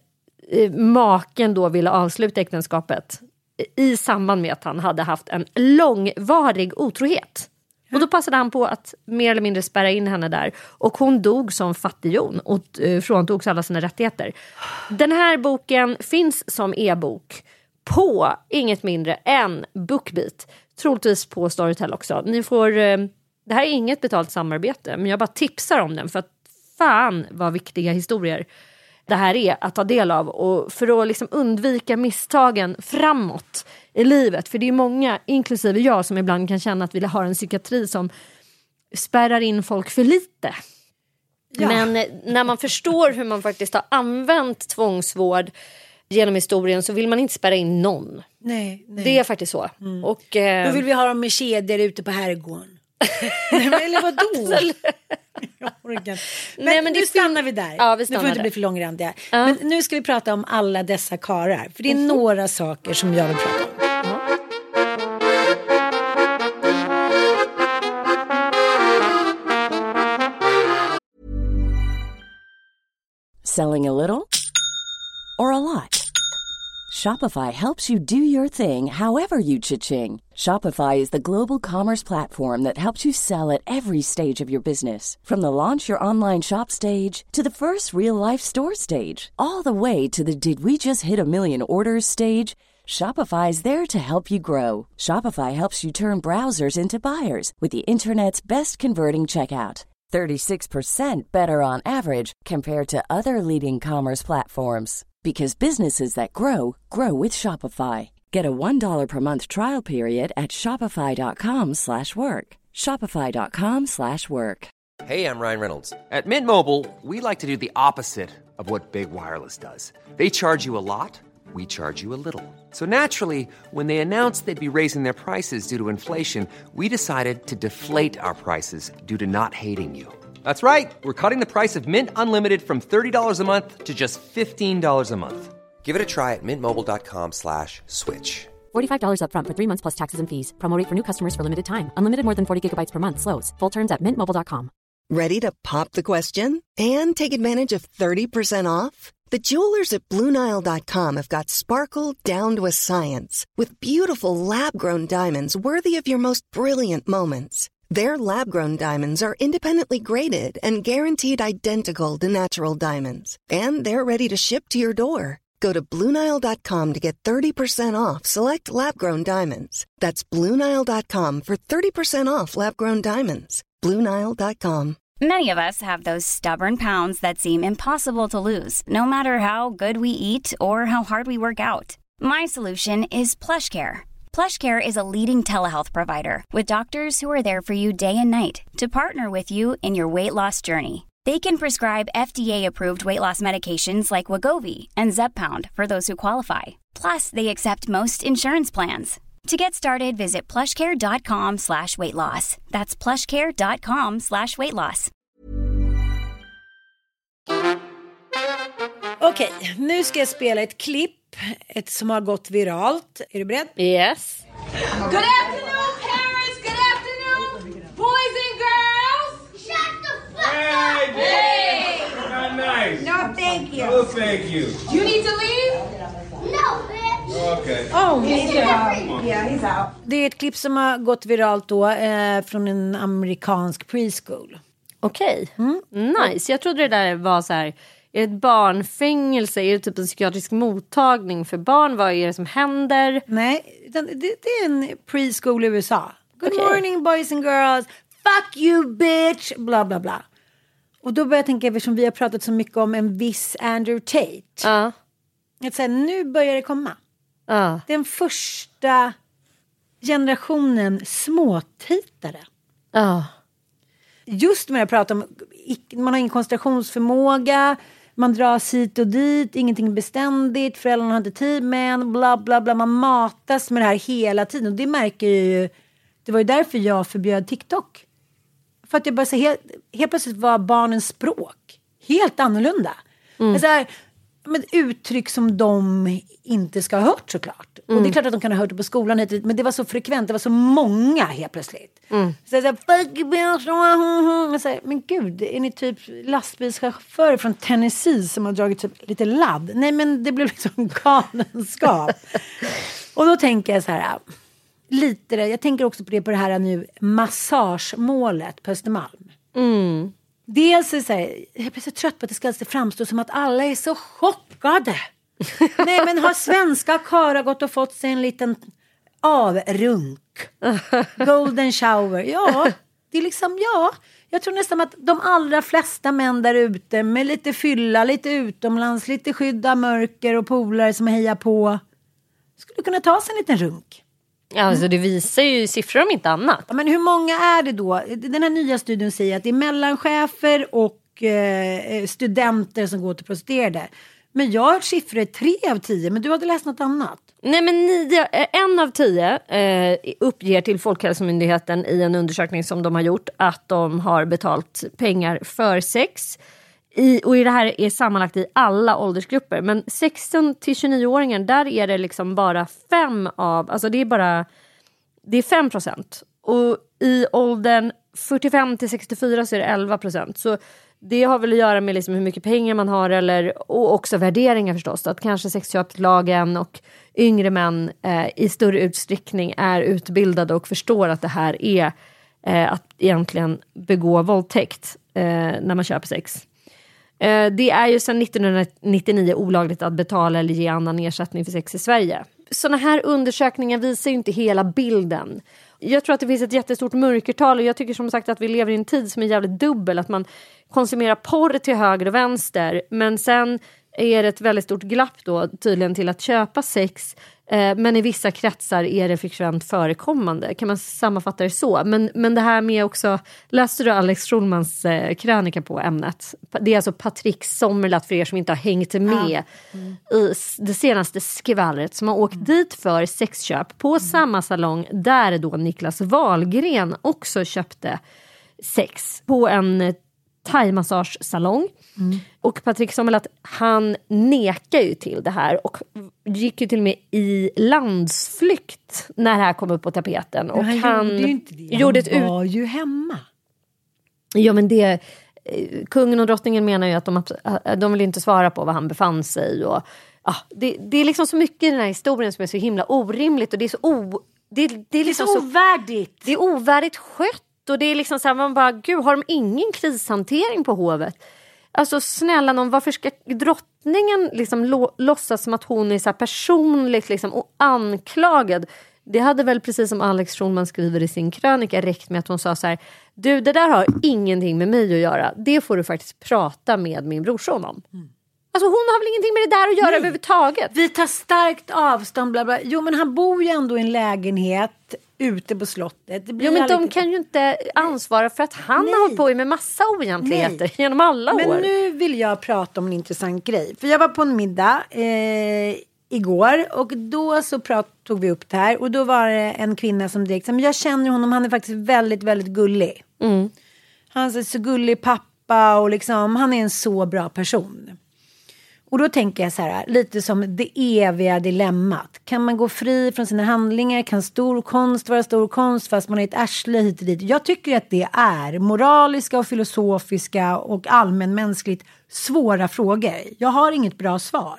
maken då ville avsluta äktenskapet i samband med att han hade haft en långvarig otrohet. Och då passade han på att mer eller mindre spärra in henne där. Och hon dog som fattighjon och fråntogs alla sina rättigheter. Den här boken finns som e-bok på inget mindre än BookBeat. Troligtvis på Storytel också. Ni får, det här är inget betalt samarbete, men jag bara tipsar om den för att fan vad viktiga historier det här är att ta del av och för att liksom undvika misstagen framåt i livet. För det är många, inklusive jag, som ibland kan känna att vi har en psykiatri som spärrar in folk för lite. Ja. Men när man förstår hur man faktiskt har använt tvångsvård genom historien så vill man inte spärra in någon. Nej. Det är faktiskt så. Och, då vill vi ha dem med kedjor ute på herrgården. Nej, men eller vadå? Men nu stannar vi där. Ja, det får inte bli för långrandiga. Men nu ska vi prata om alla dessa karar. För det är några saker som jag vill prata om. Selling a little or a lot? Shopify helps you do your thing however you cha-ching. Shopify is the global commerce platform that helps you sell at every stage of your business. From the launch your online shop stage to the first real-life store stage, all the way to the did we just hit a million orders stage. Shopify is there to help you grow. Shopify helps you turn browsers into buyers with the internet's best converting checkout. 36% better on average compared to other leading commerce platforms. Because businesses that grow, grow with Shopify. Get a $1 per month trial period at shopify.com/work. Shopify.com/work. Hey, I'm Ryan Reynolds. At Mint Mobile, we like to do the opposite of what Big Wireless does. They charge you a lot. we charge you a little. So naturally, when they announced they'd be raising their prices due to inflation, we decided to deflate our prices due to not hating you. That's right. We're cutting the price of Mint Unlimited from $30 a month to just $15 a month. Give it a try at mintmobile.com/switch. $45 up front for 3 months plus taxes and fees. Promo rate for new customers for limited time. Unlimited more than 40 gigabytes per month. Slows full terms at mintmobile.com. Ready to pop the question and take advantage of 30% off? The jewelers at BlueNile.com have got sparkle down to a science with beautiful lab-grown diamonds worthy of your most brilliant moments. Their lab-grown diamonds are independently graded and guaranteed identical to natural diamonds. And they're ready to ship to your door. Go to BlueNile.com to get 30% off select lab-grown diamonds. That's BlueNile.com for 30% off lab-grown diamonds. BlueNile.com. Many of us have those stubborn pounds that seem impossible to lose, no matter how good we eat or how hard we work out. My solution is PlushCare. PlushCare is a leading telehealth provider with doctors who are there for you day and night to partner with you in your weight loss journey. They can prescribe FDA-approved weight loss medications like Wegovy and Zepbound for those who qualify. Plus, they accept most insurance plans. To get started, visit plushcare.com/weightloss. That's plushcare.com/weightloss. Okej, nu ska jag spela ett klipp. Ett som har gått viralt. Är du beredd? Yes. Good afternoon, parents. Good afternoon, boys and girls. Shut the fuck up. Hey. Not nice. No, thank you. No, thank you. Do you need to leave? No, bitch. Okay. Oh, Yeah, he's out. det är ett klipp som har gått viralt då från en amerikansk preschool. Okej. Nice. Jag trodde det där var så här... Är det ett barnfängelse? Är det typ en psykiatrisk mottagning för barn? Vad är det som händer? Nej, det är en preschool i USA. Good morning boys and girls. Fuck you bitch. Bla bla bla. Och då börjar jag tänka, eftersom vi har pratat så mycket om en viss Andrew Tate. Att säga, nu börjar det komma. Den första generationen småtitare. Just när jag pratar om, man har ingen koncentrationsförmåga, man dras hit och dit, ingenting beständigt, föräldrarna har inte tid med en, bla bla bla, man matas med det här hela tiden. Och det märker jag ju, det var ju därför jag förbjöd TikTok. För att jag bara helt plötsligt var barnens språk helt annorlunda. Så här, med uttryck som de inte ska ha hört såklart. Och det är klart att de kan ha hört det på skolan hit, men det var så frekvent, det var så många helt plötsligt. Så jag men gud, är ni typ lastbilschaufförer från Tennessee som har dragit typ lite ladd? Nej, men det blev liksom galenskap. Och då tänker jag så här, lite, jag tänker också på det här nu, massagemålet på Östermalm. Dels är det så här, jag blir så trött på att det ska framstå som att alla är så chockade. Nej, men har svenska karlar gått och fått sig en liten avrunk? Golden shower. Ja, det är liksom, jag tror nästan att de allra flesta män där ute med lite fylla, lite utomlands, lite skydda mörker och polare som hejar på skulle kunna ta sig en liten runk. Ja, alltså det visar ju siffror om inte annat. Men hur många är det då? Den här nya studien säger att det är mellanchefer och studenter som går till prostituerade. Men jag har hört siffror 3 av 10, men du hade läst något annat. Nej, men 1 av 10 uppger till Folkhälsomyndigheten i en undersökning som de har gjort att de har betalt pengar för sex. Och det här är sammanlagt i alla åldersgrupper. Men 16 till 29-åringar, där är det liksom bara 5 av... Alltså det är 5%. Och i åldern 45 till 64 så är det 11%. Så det har väl att göra med liksom hur mycket pengar man har och också värderingar förstås. Att kanske sexköpslagen och yngre män i större utsträckning är utbildade och förstår att det här är att egentligen begå våldtäkt när man köper sex. Det är ju sedan 1999 olagligt att betala eller ge annan ersättning för sex i Sverige. Såna här undersökningar visar ju inte hela bilden. Jag tror att det finns ett jättestort mörkertal och jag tycker som sagt att vi lever i en tid som är jävligt dubbel. Att man konsumerar porr till höger och vänster, men sen är det ett väldigt stort glapp då tydligen till att köpa sex Men i vissa kretsar är det frekvent förekommande. Kan man sammanfatta det så? Men det här med också... Läste du Alex Schulmans krönika på ämnet? Det är alltså Patrick Sommerlath, för er som inte har hängt med i det senaste skvallret, som har åkt dit för sexköp på samma salong där då Niklas Wahlgren också köpte sex på en thai-massagesalong. Och Patrick Sommerlath, han nekar ju till det här och gick ju till och med i landsflykt när det här kom upp på tapeten. Och han gjorde ju inte det. Han var ju hemma. Ja, men det... Kungen och drottningen menar ju att de vill inte svara på vad han befann sig. Och, det är liksom så mycket i den här historien som är så himla orimligt. Och det är så det är liksom så ovärdigt. Det är ovärdigt skött. Och det är liksom så här, man bara, gud, har de ingen krishantering på hovet? Alltså snälla någon, varför ska drottningen liksom låtsas som att hon är så här personligt liksom, och anklagad? Det hade väl, precis som Alex Schulman skriver i sin krönika, räckt med att hon sa så här: du, det där har ingenting med mig att göra. Det får du faktiskt prata med min brorson om. Alltså hon har väl ingenting med det där att göra överhuvudtaget. Vi tar starkt avstånd, bla bla. Jo, men han bor ju ändå i en lägenhet ute på slottet. Jo, men de kan ju inte ansvara för att han har hållit på med massa oegentligheter genom alla år. Men nu vill jag prata om en intressant grej. För jag var på en middag igår och då så tog vi upp det här. Och då var det en kvinna som direkt sa, men jag känner honom, han är faktiskt väldigt, väldigt gullig. Han är så gullig pappa och liksom, han är en så bra person. Och då tänker jag så här, lite som det eviga dilemmat. Kan man gå fri från sina handlingar? Kan stor konst vara stor konst fast man är ett arsle hit och dit? Jag tycker att det är moraliska och filosofiska och allmänmänskligt svåra frågor. Jag har inget bra svar.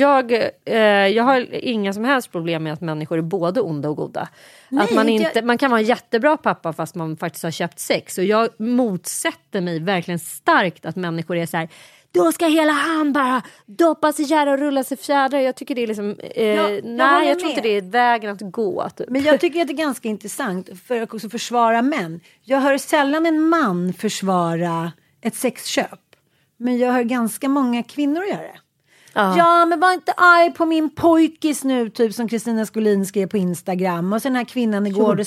Jag har inga som helst problem med att människor är både onda och goda. Nej, att man kan vara en jättebra pappa fast man faktiskt har köpt sex. Och jag motsätter mig verkligen starkt att människor är så här: då ska hela han bara doppas i kära och rullas i fjädrar. Jag tycker det är liksom... jag tror inte det är vägen att gå. Typ. Men jag tycker att det är ganska intressant för att också försvara män. Jag hör sällan en man försvara ett sexköp. Men jag hör ganska många kvinnor göra det. Ja, men var inte arg på min pojkis nu, typ som Kristina Skolin skrev på Instagram. Och sen den här kvinnan igår...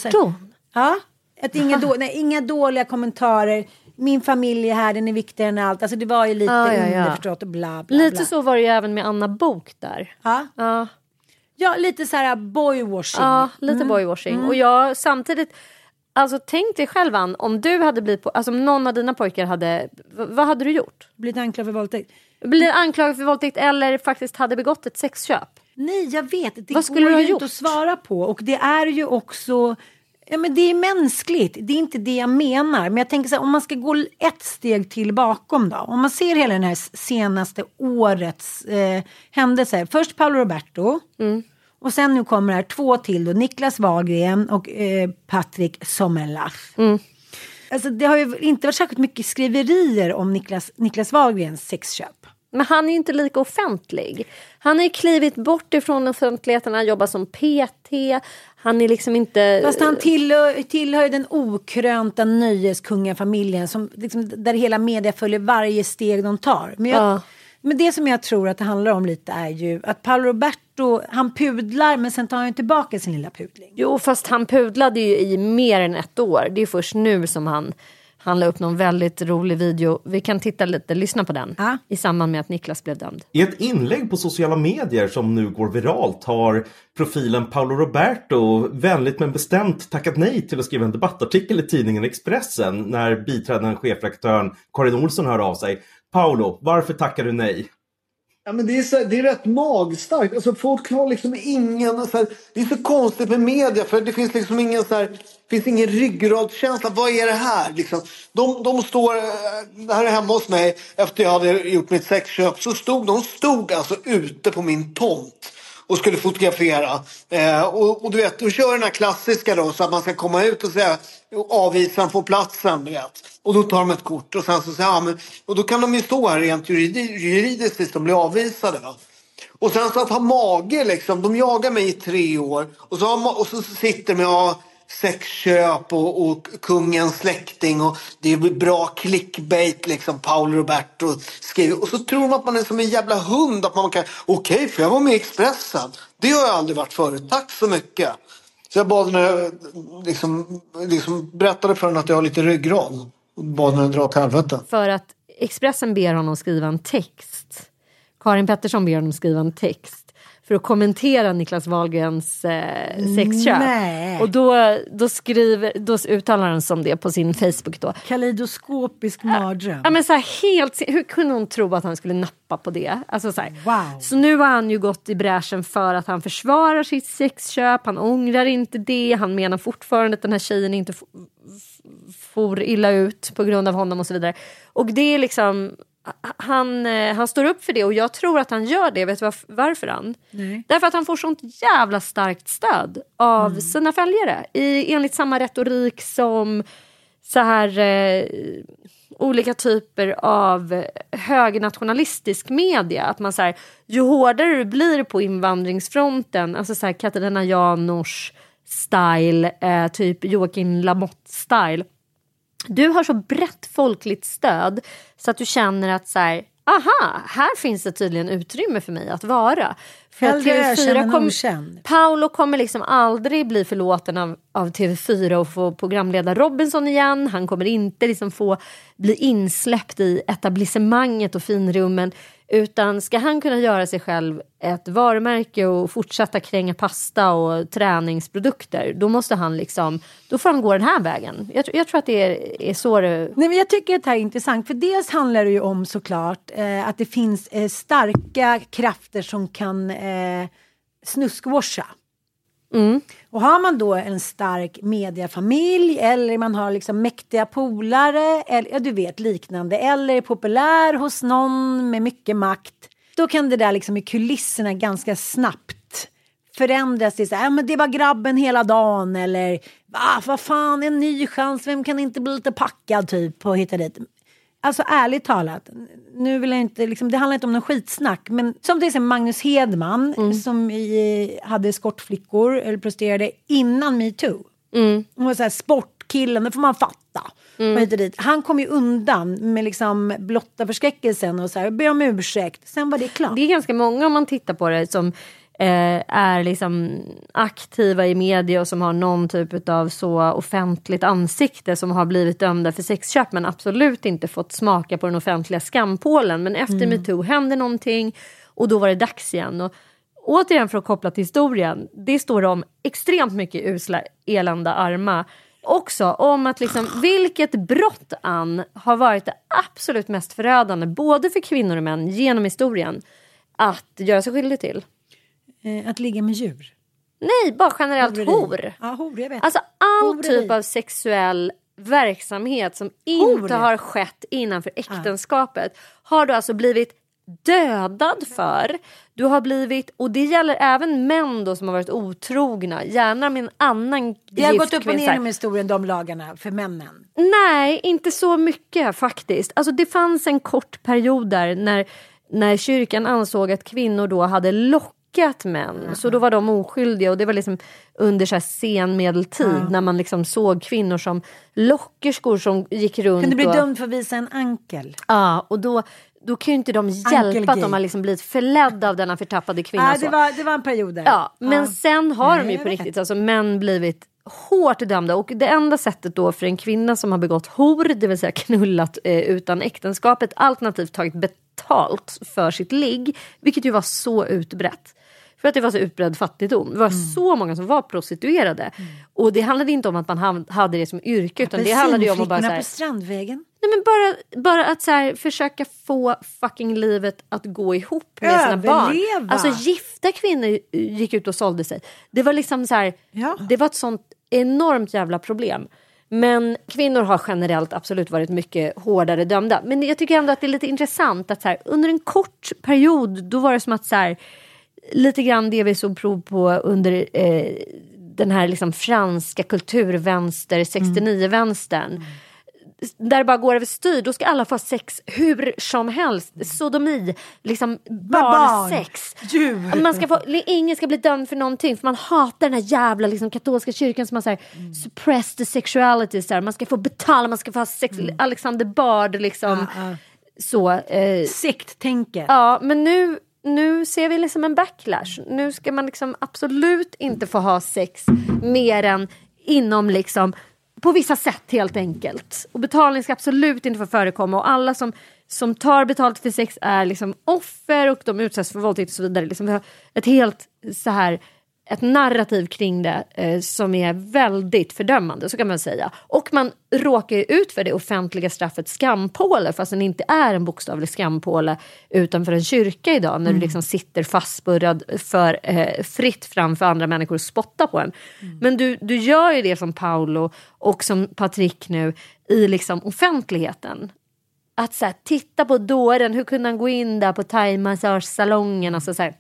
Att inga dåliga kommentarer. Min familj är här, den är viktigare än allt. Alltså det var ju lite underförstått och bla bla. Lite så var det ju även med Anna Bok där. Ja, lite så här boywashing. Ja, lite boywashing. Och jag samtidigt, alltså tänk dig själv, Ann, om du hade blivit alltså om någon av dina pojkar hade, vad hade du gjort? Blivit anklagad för våldtäkt. Blivit anklagad för våldtäkt eller faktiskt hade begått ett sexköp. Nej, jag vet. Det vad skulle du ha gjort? Inte att svara på. Och det är ju också... Ja, men det är mänskligt. Det är inte det jag menar. Men jag tänker så här, om man ska gå ett steg till bakom då. Om man ser hela den här senaste årets händelser. Först Paolo Roberto. Och sen nu kommer det här 2 till då. Niklas Wahlgren och Patrick Sommerlath. Alltså det har ju inte varit särskilt mycket skriverier om Niklas Wahlgrens sexköp. Men han är ju inte lika offentlig. Han har ju klivit bort ifrån offentligheten. Han jobbar som PT. Han är liksom inte... Fast han tillhör den okrönta nöjeskungafamiljen. Som, liksom, där hela media följer varje steg de tar. Men det som jag tror att det handlar om lite är ju att Paolo Roberto, han pudlar men sen tar han tillbaka sin lilla pudling. Jo, fast han pudlade ju i mer än 1 år. Det är först nu som han la upp någon väldigt rolig video. Vi kan lyssna på den i samband med att Niklas blev dömd. I ett inlägg på sociala medier som nu går viralt har profilen Paolo Roberto vänligt men bestämt tackat nej till att skriva en debattartikel i tidningen Expressen när biträdande chefredaktören Karin Olsson hör av sig. Paolo, varför tackar du nej? Ja, men det är rätt magstarkt. Alltså folk har liksom ingen så här, det är så konstigt med media för det finns liksom ingen så här, finns ingen ryggradskänsla. Vad är det här liksom? De står här hemma hos mig efter jag hade gjort mitt sexköp så stod alltså ute på min tomt och skulle fotografera. Och du vet, de kör den här klassiska då så att man ska komma ut och säga avvisaren på platsen, du vet. Och då tar de ett kort och sen så säger och då kan de ju stå här rent juridiskt tills de blir avvisade. Va? Och sen så att ha mage liksom, de jagar mig i 3 år och så sitter de sexköp och kungens släkting och det blir bra clickbait liksom. Paolo Roberto skriver och så tror man att man är som en jävla hund, att man kan okej, för jag var med i Expressen, det har jag aldrig varit förut, tack så mycket. Så jag bad henne liksom berättade för henne att jag har lite ryggrad och bad henne dra åt helvete. För att Expressen ber honom skriva en text. Karin Pettersson ber honom skriva en text för att kommentera Niklas Wahlgrens sexköp. Nej. Och då uttalar han som det på sin Facebook då. Kaleidoskopisk mardröm. Ja, men så här, hur kunde hon tro att han skulle nappa på det? Alltså så här. Wow. Så nu har han ju gått i bräschen för att han försvarar sitt sexköp. Han ångrar inte det. Han menar fortfarande att den här tjejen inte for illa ut på grund av honom och så vidare. Och det är liksom... Han står upp för det och jag tror att han gör det. Vet du varför han? Nej. Därför att han får sånt jävla starkt stöd av sina följare. Enligt samma retorik som så här olika typer av högnationalistisk media. Att man så här, ju hårdare du blir på invandringsfronten, alltså så här Katarina Janouch style, typ Joakim Lamotte style. Du har så brett folkligt stöd så att du känner att så här, aha, här finns det tydligen utrymme för mig att vara. För att Paolo kommer liksom aldrig bli förlåten av TV4 och få programleda Robinson igen. Han kommer inte liksom få bli insläppt i etablissemanget och finrummen. Utan ska han kunna göra sig själv ett varumärke och fortsätta kränga pasta och träningsprodukter, då måste han liksom, då får han gå den här vägen. Jag tror att det är så det... Nej, men jag tycker att det här är intressant, för dels handlar det ju om såklart att det finns starka krafter som kan snuskvårsa. Och har man då en stark mediafamilj eller man har liksom mäktiga polare eller ja, du vet liknande, eller är populär hos någon med mycket makt, då kan det där liksom i kulisserna ganska snabbt förändras till så här, men det var grabben hela dagen, eller vad fan, en ny chans, vem kan inte bli lite packad typ och hitta dit. Alltså ärligt talat, nu vill jag inte, liksom, det handlar inte om någon skitsnack, men som till exempel Magnus Hedman som hade eskortflickor eller protesterade innan MeToo. Och var så här, sportkillen, det får man fatta. Och hit och dit. Han kom ju undan med liksom blotta förskräckelsen och så här, ber om ursäkt. Sen var det klart. Det är ganska många om man tittar på det som är liksom aktiva i media och som har någon typ av så offentligt ansikte som har blivit dömda för sexköp men absolut inte fått smaka på den offentliga skampålen. Men efter MeToo hände någonting och då var det dags igen. Och återigen för att koppla till historien, det står om extremt mycket usla, elända, arma. Också om att liksom, vilket brott har varit det absolut mest förödande både för kvinnor och män genom historien att göra sig skyldig till. Att ligga med djur. Nej, bara generellt hor. Ja, hor, jag vet. Alltså all typ av sexuell verksamhet som inte har skett innanför äktenskapet har du alltså blivit dödad för. Du har blivit, och det gäller även män då som har varit otrogna, gärna med en annan det har gått upp och ner med historien, de lagarna för männen. Nej, inte så mycket faktiskt. Alltså det fanns en kort period där när kyrkan ansåg att kvinnor då hade lockat män. Så då var de oskyldiga och det var liksom under så här senmedeltid när man liksom såg kvinnor som lockerskor som gick runt. Kunde bli dömd för att visa en ankel. Ja, och då kan ju inte de hjälpa att de har liksom blivit förledda av denna förtappade kvinna. Det var en period där. Ja, men sen har de ju på riktigt, alltså män blivit hårt dömda. Och det enda sättet då för en kvinna som har begått hor, det vill säga knullat utan äktenskapet, alternativt tagit betalt för sitt ligg, vilket ju var så utbrett. För att det var så utbredd fattigdom. Det var så många som var prostituerade. Och det handlade inte om att man hade det som yrke, utan det handlade ju om att bara så här, på Strandvägen. Nej, men bara att så här, försöka få fucking livet att gå ihop med sina barn. Alltså gifta kvinnor gick ut och sålde sig. Det var liksom så här, det var ett sånt enormt jävla problem. Men kvinnor har generellt absolut varit mycket hårdare dömda. Men jag tycker ändå att det är lite intressant att så här, under en kort period då var det som att så här, lite grann det vi såg prov på under den här liksom franska kulturvänster, 69-vänstern. där det bara går överstyr, då ska alla få sex hur som helst. Sodomi, liksom barnsex. Man ska ingen ska bli dömd för någonting, för man hatar den här jävla liksom, katolska kyrkan som man säger suppress the sexuality, så här. Man ska få betala, man ska få ha sex. Alexander Bard liksom så sekttänket. Ja, men nu ser vi liksom en backlash. Nu ska man liksom absolut inte få ha sex mer än inom liksom på vissa sätt helt enkelt. Och betalning ska absolut inte få förekomma. Och alla som tar betalt för sex är liksom offer och de utsätts för våldtäkt och så vidare. Liksom vi har ett helt så här ett narrativ kring det som är väldigt fördömande, så kan man säga. Och man råkar ut för det offentliga straffet skampåle, fast den inte är en bokstavlig skampåle utanför en kyrka idag, när du liksom sitter fastburrad för fritt framför andra människor och spottar på en. Men du gör ju det som Paolo och som Patrick nu i liksom offentligheten. Att så här, titta på dåren, hur kunde han gå in där på thai-massagesalongen, alltså så här.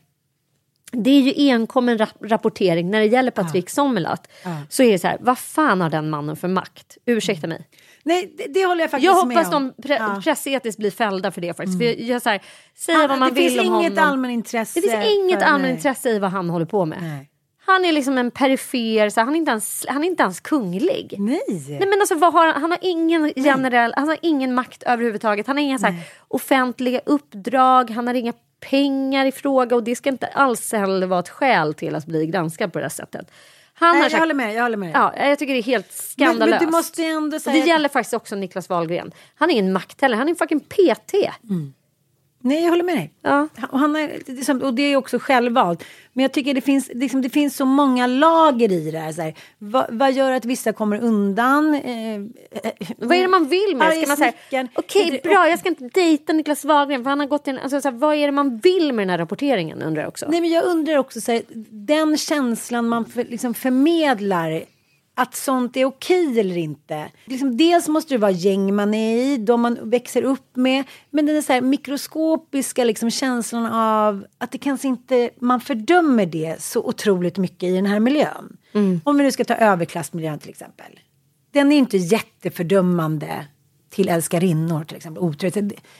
Det är ju enkommen rapportering när det gäller Patrick Sommerlath. Så är det så här, vad fan har den mannen för makt? Ursäkta mig. Nej, det håller jag faktiskt med om. Jag hoppas de pressetiskt blir fällda för det faktiskt. För jag så här, säger vad man vill om honom. Det finns inget allmänintresse. Det finns inget allmänintresse i vad han håller på med. Nej. Han är liksom en perifer, så han är inte ens kunglig. Nej men alltså vad har han har ingen generell, han har ingen makt överhuvudtaget. Han har inga så här offentliga uppdrag, han har inga pengar i fråga, och det ska inte alls heller vara ett skäl till att bli granskad på det här sättet. Jag håller med. Ja, jag tycker det är helt skandalöst. Men du måste ju ändå säga... Det gäller faktiskt också Niklas Wahlgren. Han är ingen makt heller, han är en fucking PT. Nej, jag håller med dig. Ja. Och det är också självvalt. Men jag tycker det finns så många lager i det här. Så här. Vad gör att vissa kommer undan? Vad är det man vill med? Ska man säga, okej, bra, jag ska inte dejta Niklas Wahlgren för han har gått in. Alltså, så här, vad är det man vill med den här rapporteringen, undrar jag också. Nej, men jag undrar också så här, den känslan man liksom förmedlar, att sånt är okej eller inte. Liksom, dels måste det vara gäng man är i, de man växer upp med. Men den är så här mikroskopiska liksom, känslan av att det kanske inte, man fördömer det så otroligt mycket i den här miljön. Om vi nu ska ta överklassmiljön till exempel. Den är inte jättefördömande till älskarinnor till exempel. Otroligt.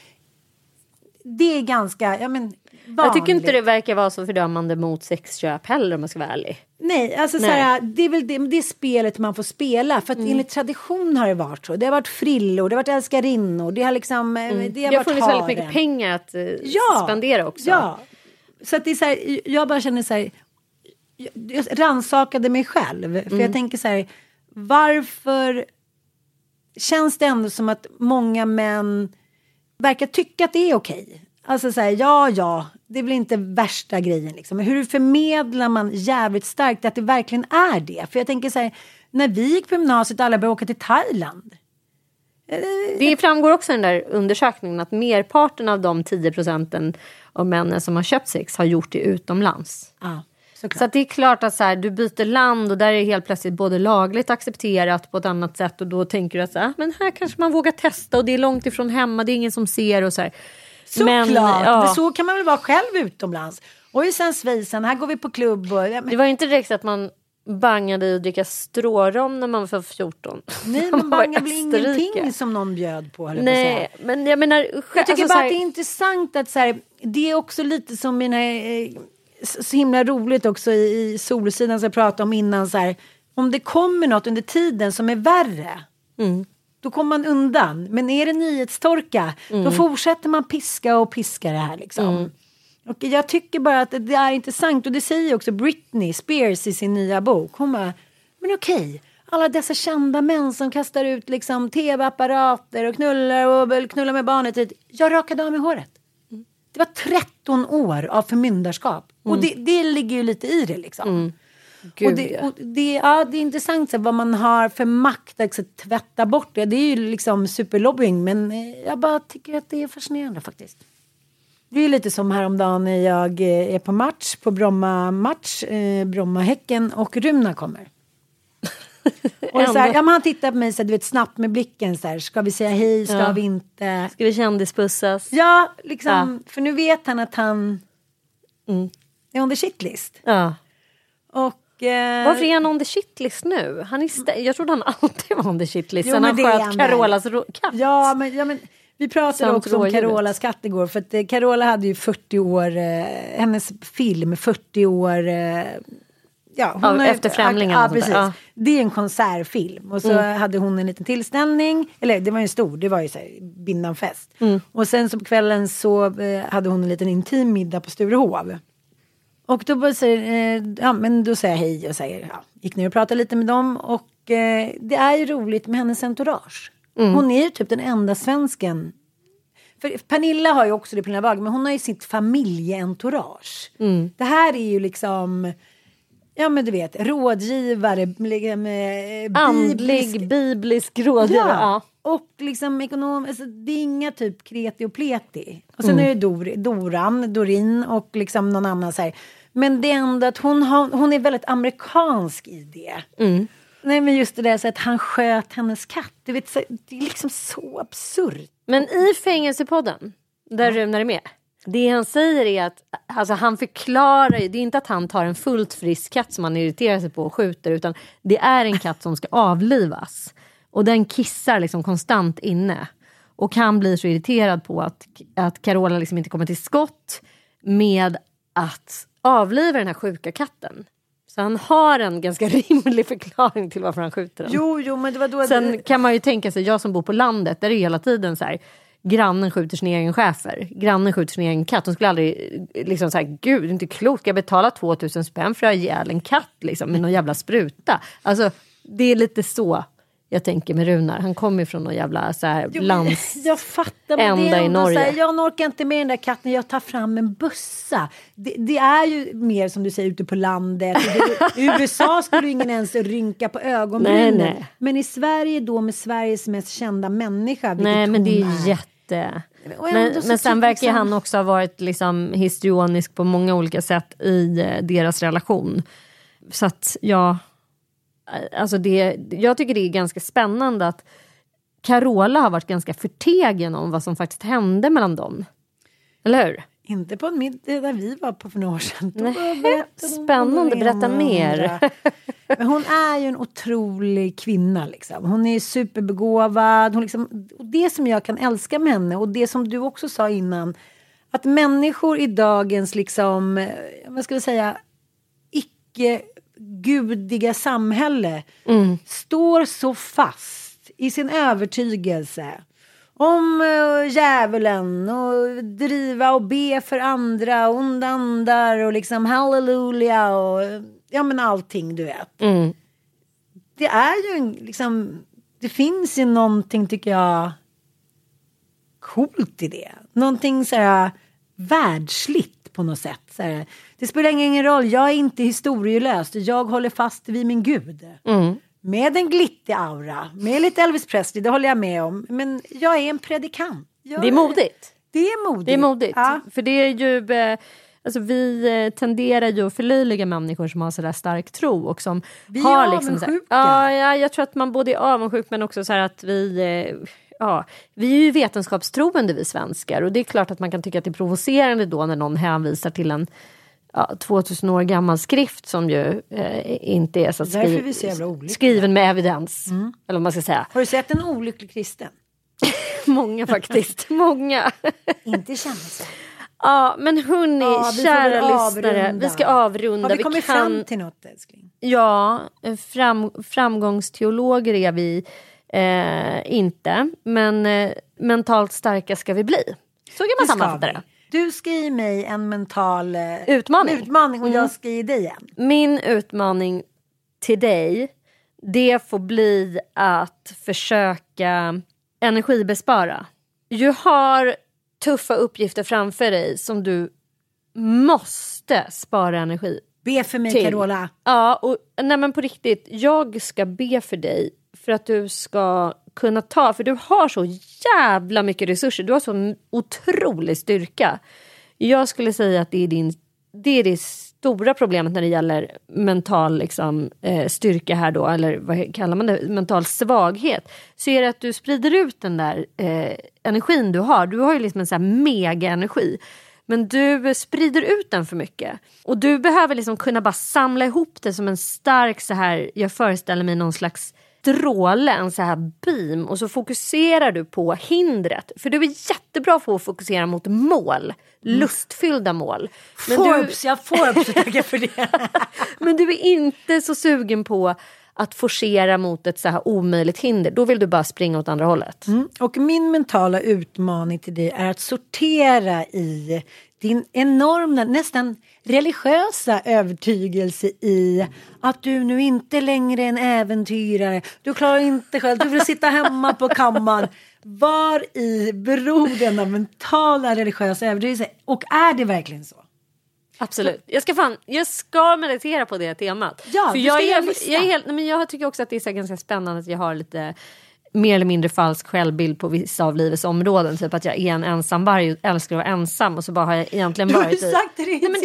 Det är ganska, vanligt. Jag tycker inte det verkar vara så fördömande mot sexköp heller, om man ska vara ärlig. Nej, alltså Nej. Såhär, det är väl det spelet man får spela. För att enligt tradition har det varit så. Det har varit frillor, det har varit älskarinnor. Det har liksom, det har funnits väldigt mycket pengar att spendera också. Ja, så att det är så här, jag bara känner så här, jag rannsakade mig själv. För jag tänker så här, varför känns det ändå som att många män verkar tycka att det är okej? Alltså så här, det är väl inte värsta grejen liksom. Men hur förmedlar man jävligt starkt att det verkligen är det? För jag tänker så här, när vi gick på gymnasiet alla började åka till Thailand. Det framgår också i den där undersökningen att merparten av de 10% av männen som har köpt sex har gjort det utomlands. Så att det är klart att så här, du byter land och där är det helt plötsligt både lagligt accepterat på ett annat sätt, och då tänker du att så här, men här kanske man vågar testa och det är långt ifrån hemma, det är ingen som ser och så här. Såklart, så kan man väl vara själv utomlands. Och sen svisen, här går vi på klubb. Det var ju inte direkt att man bangade i att dricka strårom när man var 14. Nej, man bangade väl ingenting som någon bjöd på. Nej, men jag menar... Jag tycker bara att det är intressant att så här, det är också lite som mina... så himla roligt också i Solsidan som jag pratade om innan. Så här, om det kommer något under tiden som är värre... Då kommer man undan. Men är det nyhetstorka, då fortsätter man piska det här liksom. Och jag tycker bara att det är intressant. Och det säger också Britney Spears i sin nya bok. Hon bara, men okej, alla dessa kända män som kastar ut liksom tv-apparater och knullar med barnet. Jag rakade av med håret. Det var 13 år av förmyndarskap. Och det ligger ju lite i det liksom. Det är intressant så, vad man har för makt att tvätta bort det. Det är ju liksom superlobbying, men jag bara tycker att det är fascinerande faktiskt. Det är lite som häromdagen när jag är på match, på Bromma-match, Bromma-Häcken, och Runa kommer. Och så här, han tittar på mig så här, du vet, snabbt med blicken så här, ska vi säga hej, ska vi inte? Ska vi kändispussas? Ja, liksom, för nu vet han att han är on the shitlist. Ja. Och Varför är han on the shitlist nu? Jag trodde han alltid var on the shitlist. Sen han sköt Carolas katt. Ja, men vi pratade också om Carolas katt igår. För att Carola hade ju 40 år, hennes film 40 år... efter Främlingen. Ja, precis. Ja. Det är en konsertfilm. Och så hade hon en liten tillställning. Eller det var ju stor, det var ju så här, bindanfest. Och sen så på kvällen så hade hon en liten intim middag på Sturehov. Och då bara säger, men då säger jag hej och säger, gick ner och pratade lite med dem. Och det är ju roligt med hennes entourage. Hon är ju typ den enda svensken. För Pernilla har ju också det på Pernilla Wahlgren, men hon har ju sitt familjeentourage. Det här är ju liksom... Ja, men du vet, rådgivare med biblisk rådgivare. Ja. Och liksom ekonom, alltså, det är inga typ kreti och pleti. Och sen är det Dorin och liksom någon annan så här. Men det är ändå att hon är väldigt amerikansk i det. Nej, men just det där så att han sköt hennes katt. Du vet, så, det är liksom så absurt. Men i Fängelsepodden, där Runar är med. Det han säger är att alltså, han förklarar ju, det är inte att han tar en fullt frisk katt som han irriterar sig på och skjuter, utan det är en katt som ska avlivas. Och den kissar liksom konstant inne. Och han blir så irriterad på att Carola liksom inte kommer till skott med att avliva den här sjuka katten. Så han har en ganska rimlig förklaring till varför han skjuter den. Jo, men det var då... Sen kan man ju tänka sig, jag som bor på landet, där är det hela tiden så här... Grannen skjuter sin egen schäfer. Grannen skjuter sin egen katt. Hon skulle aldrig liksom så här, gud, det är inte klokt. Jag betalar 2000 spänn för att ha ihjäl en katt liksom, med någon jävla spruta. Alltså, det är lite så jag tänker med Runar. Han kommer från någon jävla så här, jag fattar, men ända i Norge. Här, jag orkar inte med den där katten. Jag tar fram en bussa. Det är ju mer som du säger ute på landet. I USA skulle ingen ens rynka på ögonbrynen. Nej. Men i Sverige då med Sveriges mest kända människa. Nej, men det är jätte... Men sen verkar han också ha varit liksom histrionisk på många olika sätt i deras relation. Så att alltså jag tycker det är ganska spännande att Carola har varit ganska förtegen om vad som faktiskt hände mellan dem. Eller hur? Inte på en middag där vi var på för några år sedan. Spännande, berätta mer. Men hon är ju en otrolig kvinna liksom. Hon är superbegåvad. Hon liksom, och det som jag kan älska med henne, och det som du också sa innan, att människor i dagens liksom, vad ska vi säga, icke-gudiga samhälle står så fast i sin övertygelse om djävulen och driva och be för andra, onda andar och liksom halleluja och ja, men allting, du vet. Det är ju liksom, det finns ju någonting, tycker jag, coolt i det. Någonting så här världsligt på något sätt. Så här, det spelar ingen roll, jag är inte historielös. Jag håller fast vid min Gud. Med en glittig aura. Med lite Elvis Presley, det håller jag med om. Men jag är en predikant. Det är modigt. Det är modigt. Det är modigt. Ja. För det är ju... Alltså vi tenderar ju att förlöjliga människor som har sådär stark tro. Och som vi har är liksom avundsjuka. Ja, jag tror att man både är avundsjuk, men också så här att vi är ju vetenskapstroende, vi svenskar. Och det är klart att man kan tycka att det är provocerande då när någon hänvisar till en 2000 år gammal skrift som ju inte är så att skriven med evidens. Eller vad man ska säga. Har du sett en olycklig kristen? Många faktiskt. Många. Inte kändisar. Ja, men hörni, kära lyssnare, vi ska avrunda. Har vi kommit fram till något, älskling? Ja, framgångsteologer är vi inte, men mentalt starka ska vi bli. Så kan man sammanfatta det. Du ska ge mig en mental utmaning och jag ska ge dig en. Min utmaning till dig, det får bli att försöka energibespara. Du har tuffa uppgifter framför dig som du måste spara energi. Be för mig, Carola. Ja, och nej, men på riktigt, jag ska be för dig för att du ska kunna för du har så jävla mycket resurser. Du har så otrolig styrka. Jag skulle säga att det är det stora problemet när det gäller mental liksom, styrka här då, eller vad kallar man det, mental svaghet, så är det att du sprider ut den där energin du har. Du har ju liksom en sån här mega energi. Men du sprider ut den för mycket. Och du behöver liksom kunna bara samla ihop det som en stark så här, jag föreställer mig någon slags stråle, en så här beam. Och så fokuserar du på hindret. För du är jättebra på att fokusera mot mål. Lustfyllda mål. Men Jag får tacka för det. Men du är inte så sugen på att forcera mot ett så här omöjligt hinder. Då vill du bara springa åt andra hållet. Och min mentala utmaning till dig är att sortera i din enorma, nästan religiösa övertygelse i att du nu inte längre är en äventyrare. Du klarar inte själv, du vill sitta hemma på kammaren. Var i beror denna mentala religiösa övertygelse? Och är det verkligen så? Absolut. Jag ska meditera på det temat. Ja, för jag tycker också att det är så ganska spännande att jag har lite mer eller mindre falsk självbild på vissa av livets områden. Typ att jag är en ensamvarg och älskar att vara ensam. Och så bara har jag egentligen varit Du har sagt det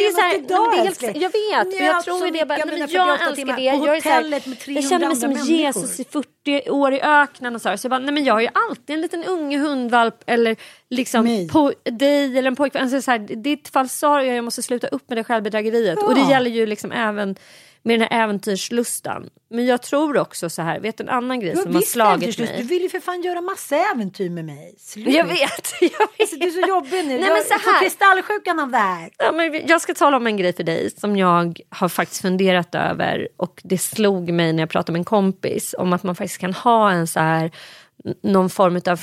jag vet. Jag tror det bara, jag älskar det. Jag känner mig som Jesus i 40 år i öknen och så jag bara, jag har ju alltid en liten unge hundvalp eller liksom på dig eller en pojkvän. Alltså så här, ditt falsario, jag måste sluta upp med det självbedrägeriet. Och det gäller ju liksom även med den här äventyrslustan. Men jag tror också så här, vet en annan grej som har slagit mig. Du vill ju för fan göra massa äventyr med mig. Sluta. Jag vet. Alltså, du är så jobbig nu. Nej, men så här. Kristallsjukan av det här. Ja, men jag ska tala om en grej för dig som jag har faktiskt funderat över. Och det slog mig när jag pratade med en kompis om att man faktiskt kan ha en så här någon form av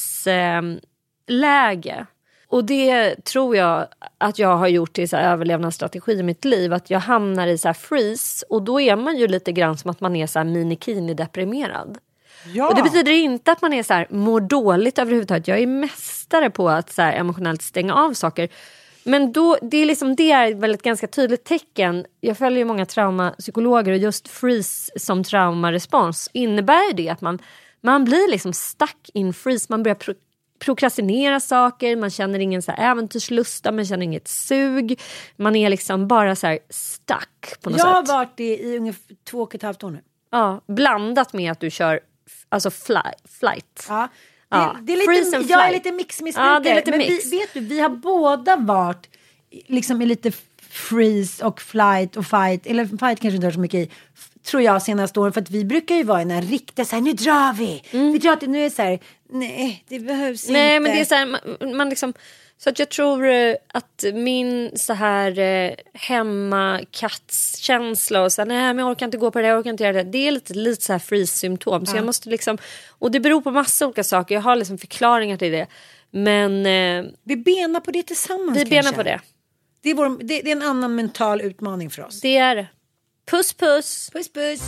freeze-läge. Och det tror jag att jag har gjort till så här överlevnadsstrategi i mitt liv. Att jag hamnar i så här freeze. Och då är man ju lite grann som att man är så här mini-kini-deprimerad. Ja. Och det betyder inte att man är så här mår dåligt överhuvudtaget. Jag är mästare på att så här emotionellt stänga av saker. Men då, det är väl ett ganska tydligt tecken. Jag följer ju många traumapsykologer och just freeze som traumarespons innebär det att man blir liksom stuck in freeze. Man börjar prokrastinera saker, man känner ingen så här äventyrslusta, man känner inget sug, man är liksom bara så här stuck på något sätt. Jag har varit det i ungefär 2,5 år nu. Ja, blandat med att du kör alltså flight. Ja. Det är lite, jag är lite mixmissbrukare. Ja, det är lite mix. Vet du, vi har båda varit liksom i lite freeze och flight och fight, eller fight kanske inte har så mycket i, tror jag, senaste åren, för att vi brukar ju vara i den riktiga så här, nu drar vi. Vi drar till, nu är det så här, nej, det behövs inte. Nej, men det är så här, man liksom, så att jag tror att min så här hemmakattskänsla och så här, nej men jag orkar inte gå på det, jag orkar inte göra det. Det är lite så här freeze-symptom. Så jag måste liksom, och det beror på massa olika saker. Jag har liksom förklaringar till det. Men vi benar på det tillsammans. Vi benar på det. Det är en annan mental utmaning för oss. Det är det. Puss, puss. Puss, puss.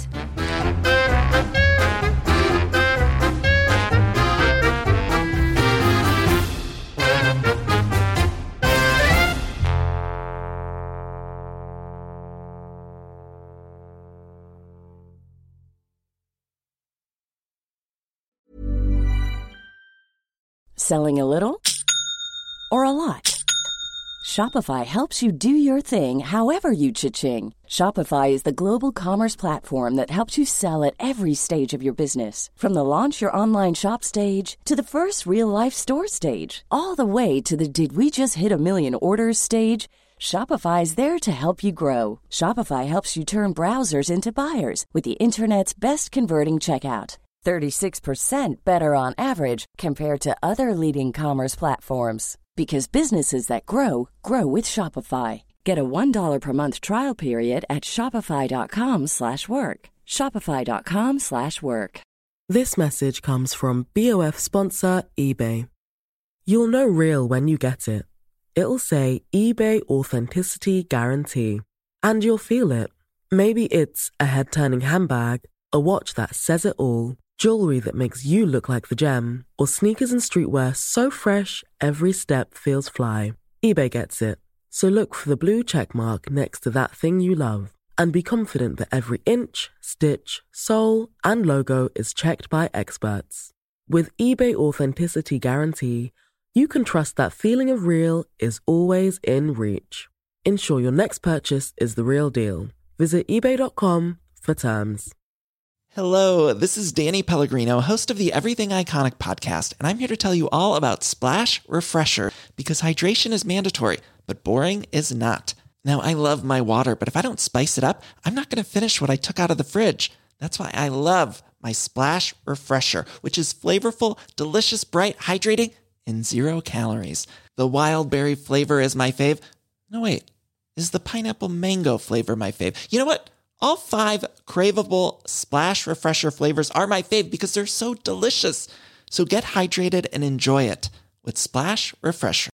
Selling a little or a lot? Shopify helps you do your thing however you cha-ching. Shopify is the global commerce platform that helps you sell at every stage of your business. From the launch your online shop stage to the first real-life store stage, all the way to the did we just hit a million orders stage. Shopify is there to help you grow. Shopify helps you turn browsers into buyers with the internet's best converting checkout. 36% better on average compared to other leading commerce platforms. Because businesses that grow, grow with Shopify. Get a $1 per month trial period at shopify.com/work. Shopify.com/work. This message comes from BOF sponsor eBay. You'll know real when you get it. It'll say eBay Authenticity Guarantee. And you'll feel it. Maybe it's a head-turning handbag, a watch that says it all, jewelry that makes you look like the gem, or sneakers and streetwear so fresh every step feels fly. eBay gets it. So look for the blue check mark next to that thing you love and be confident that every inch, stitch, sole, and logo is checked by experts. With eBay Authenticity Guarantee, you can trust that feeling of real is always in reach. Ensure your next purchase is the real deal. Visit ebay.com for terms. Hello, this is Danny Pellegrino, host of the Everything Iconic podcast, and I'm here to tell you all about Splash Refresher, because hydration is mandatory, but boring is not. Now, I love my water, but if I don't spice it up, I'm not going to finish what I took out of the fridge. That's why I love my Splash Refresher, which is flavorful, delicious, bright, hydrating, and 0 calories. The wild berry flavor is my fave. No, wait. Is the pineapple mango flavor my fave? You know what? All 5 craveable Splash Refresher flavors are my fave because they're so delicious. So get hydrated and enjoy it with Splash Refresher.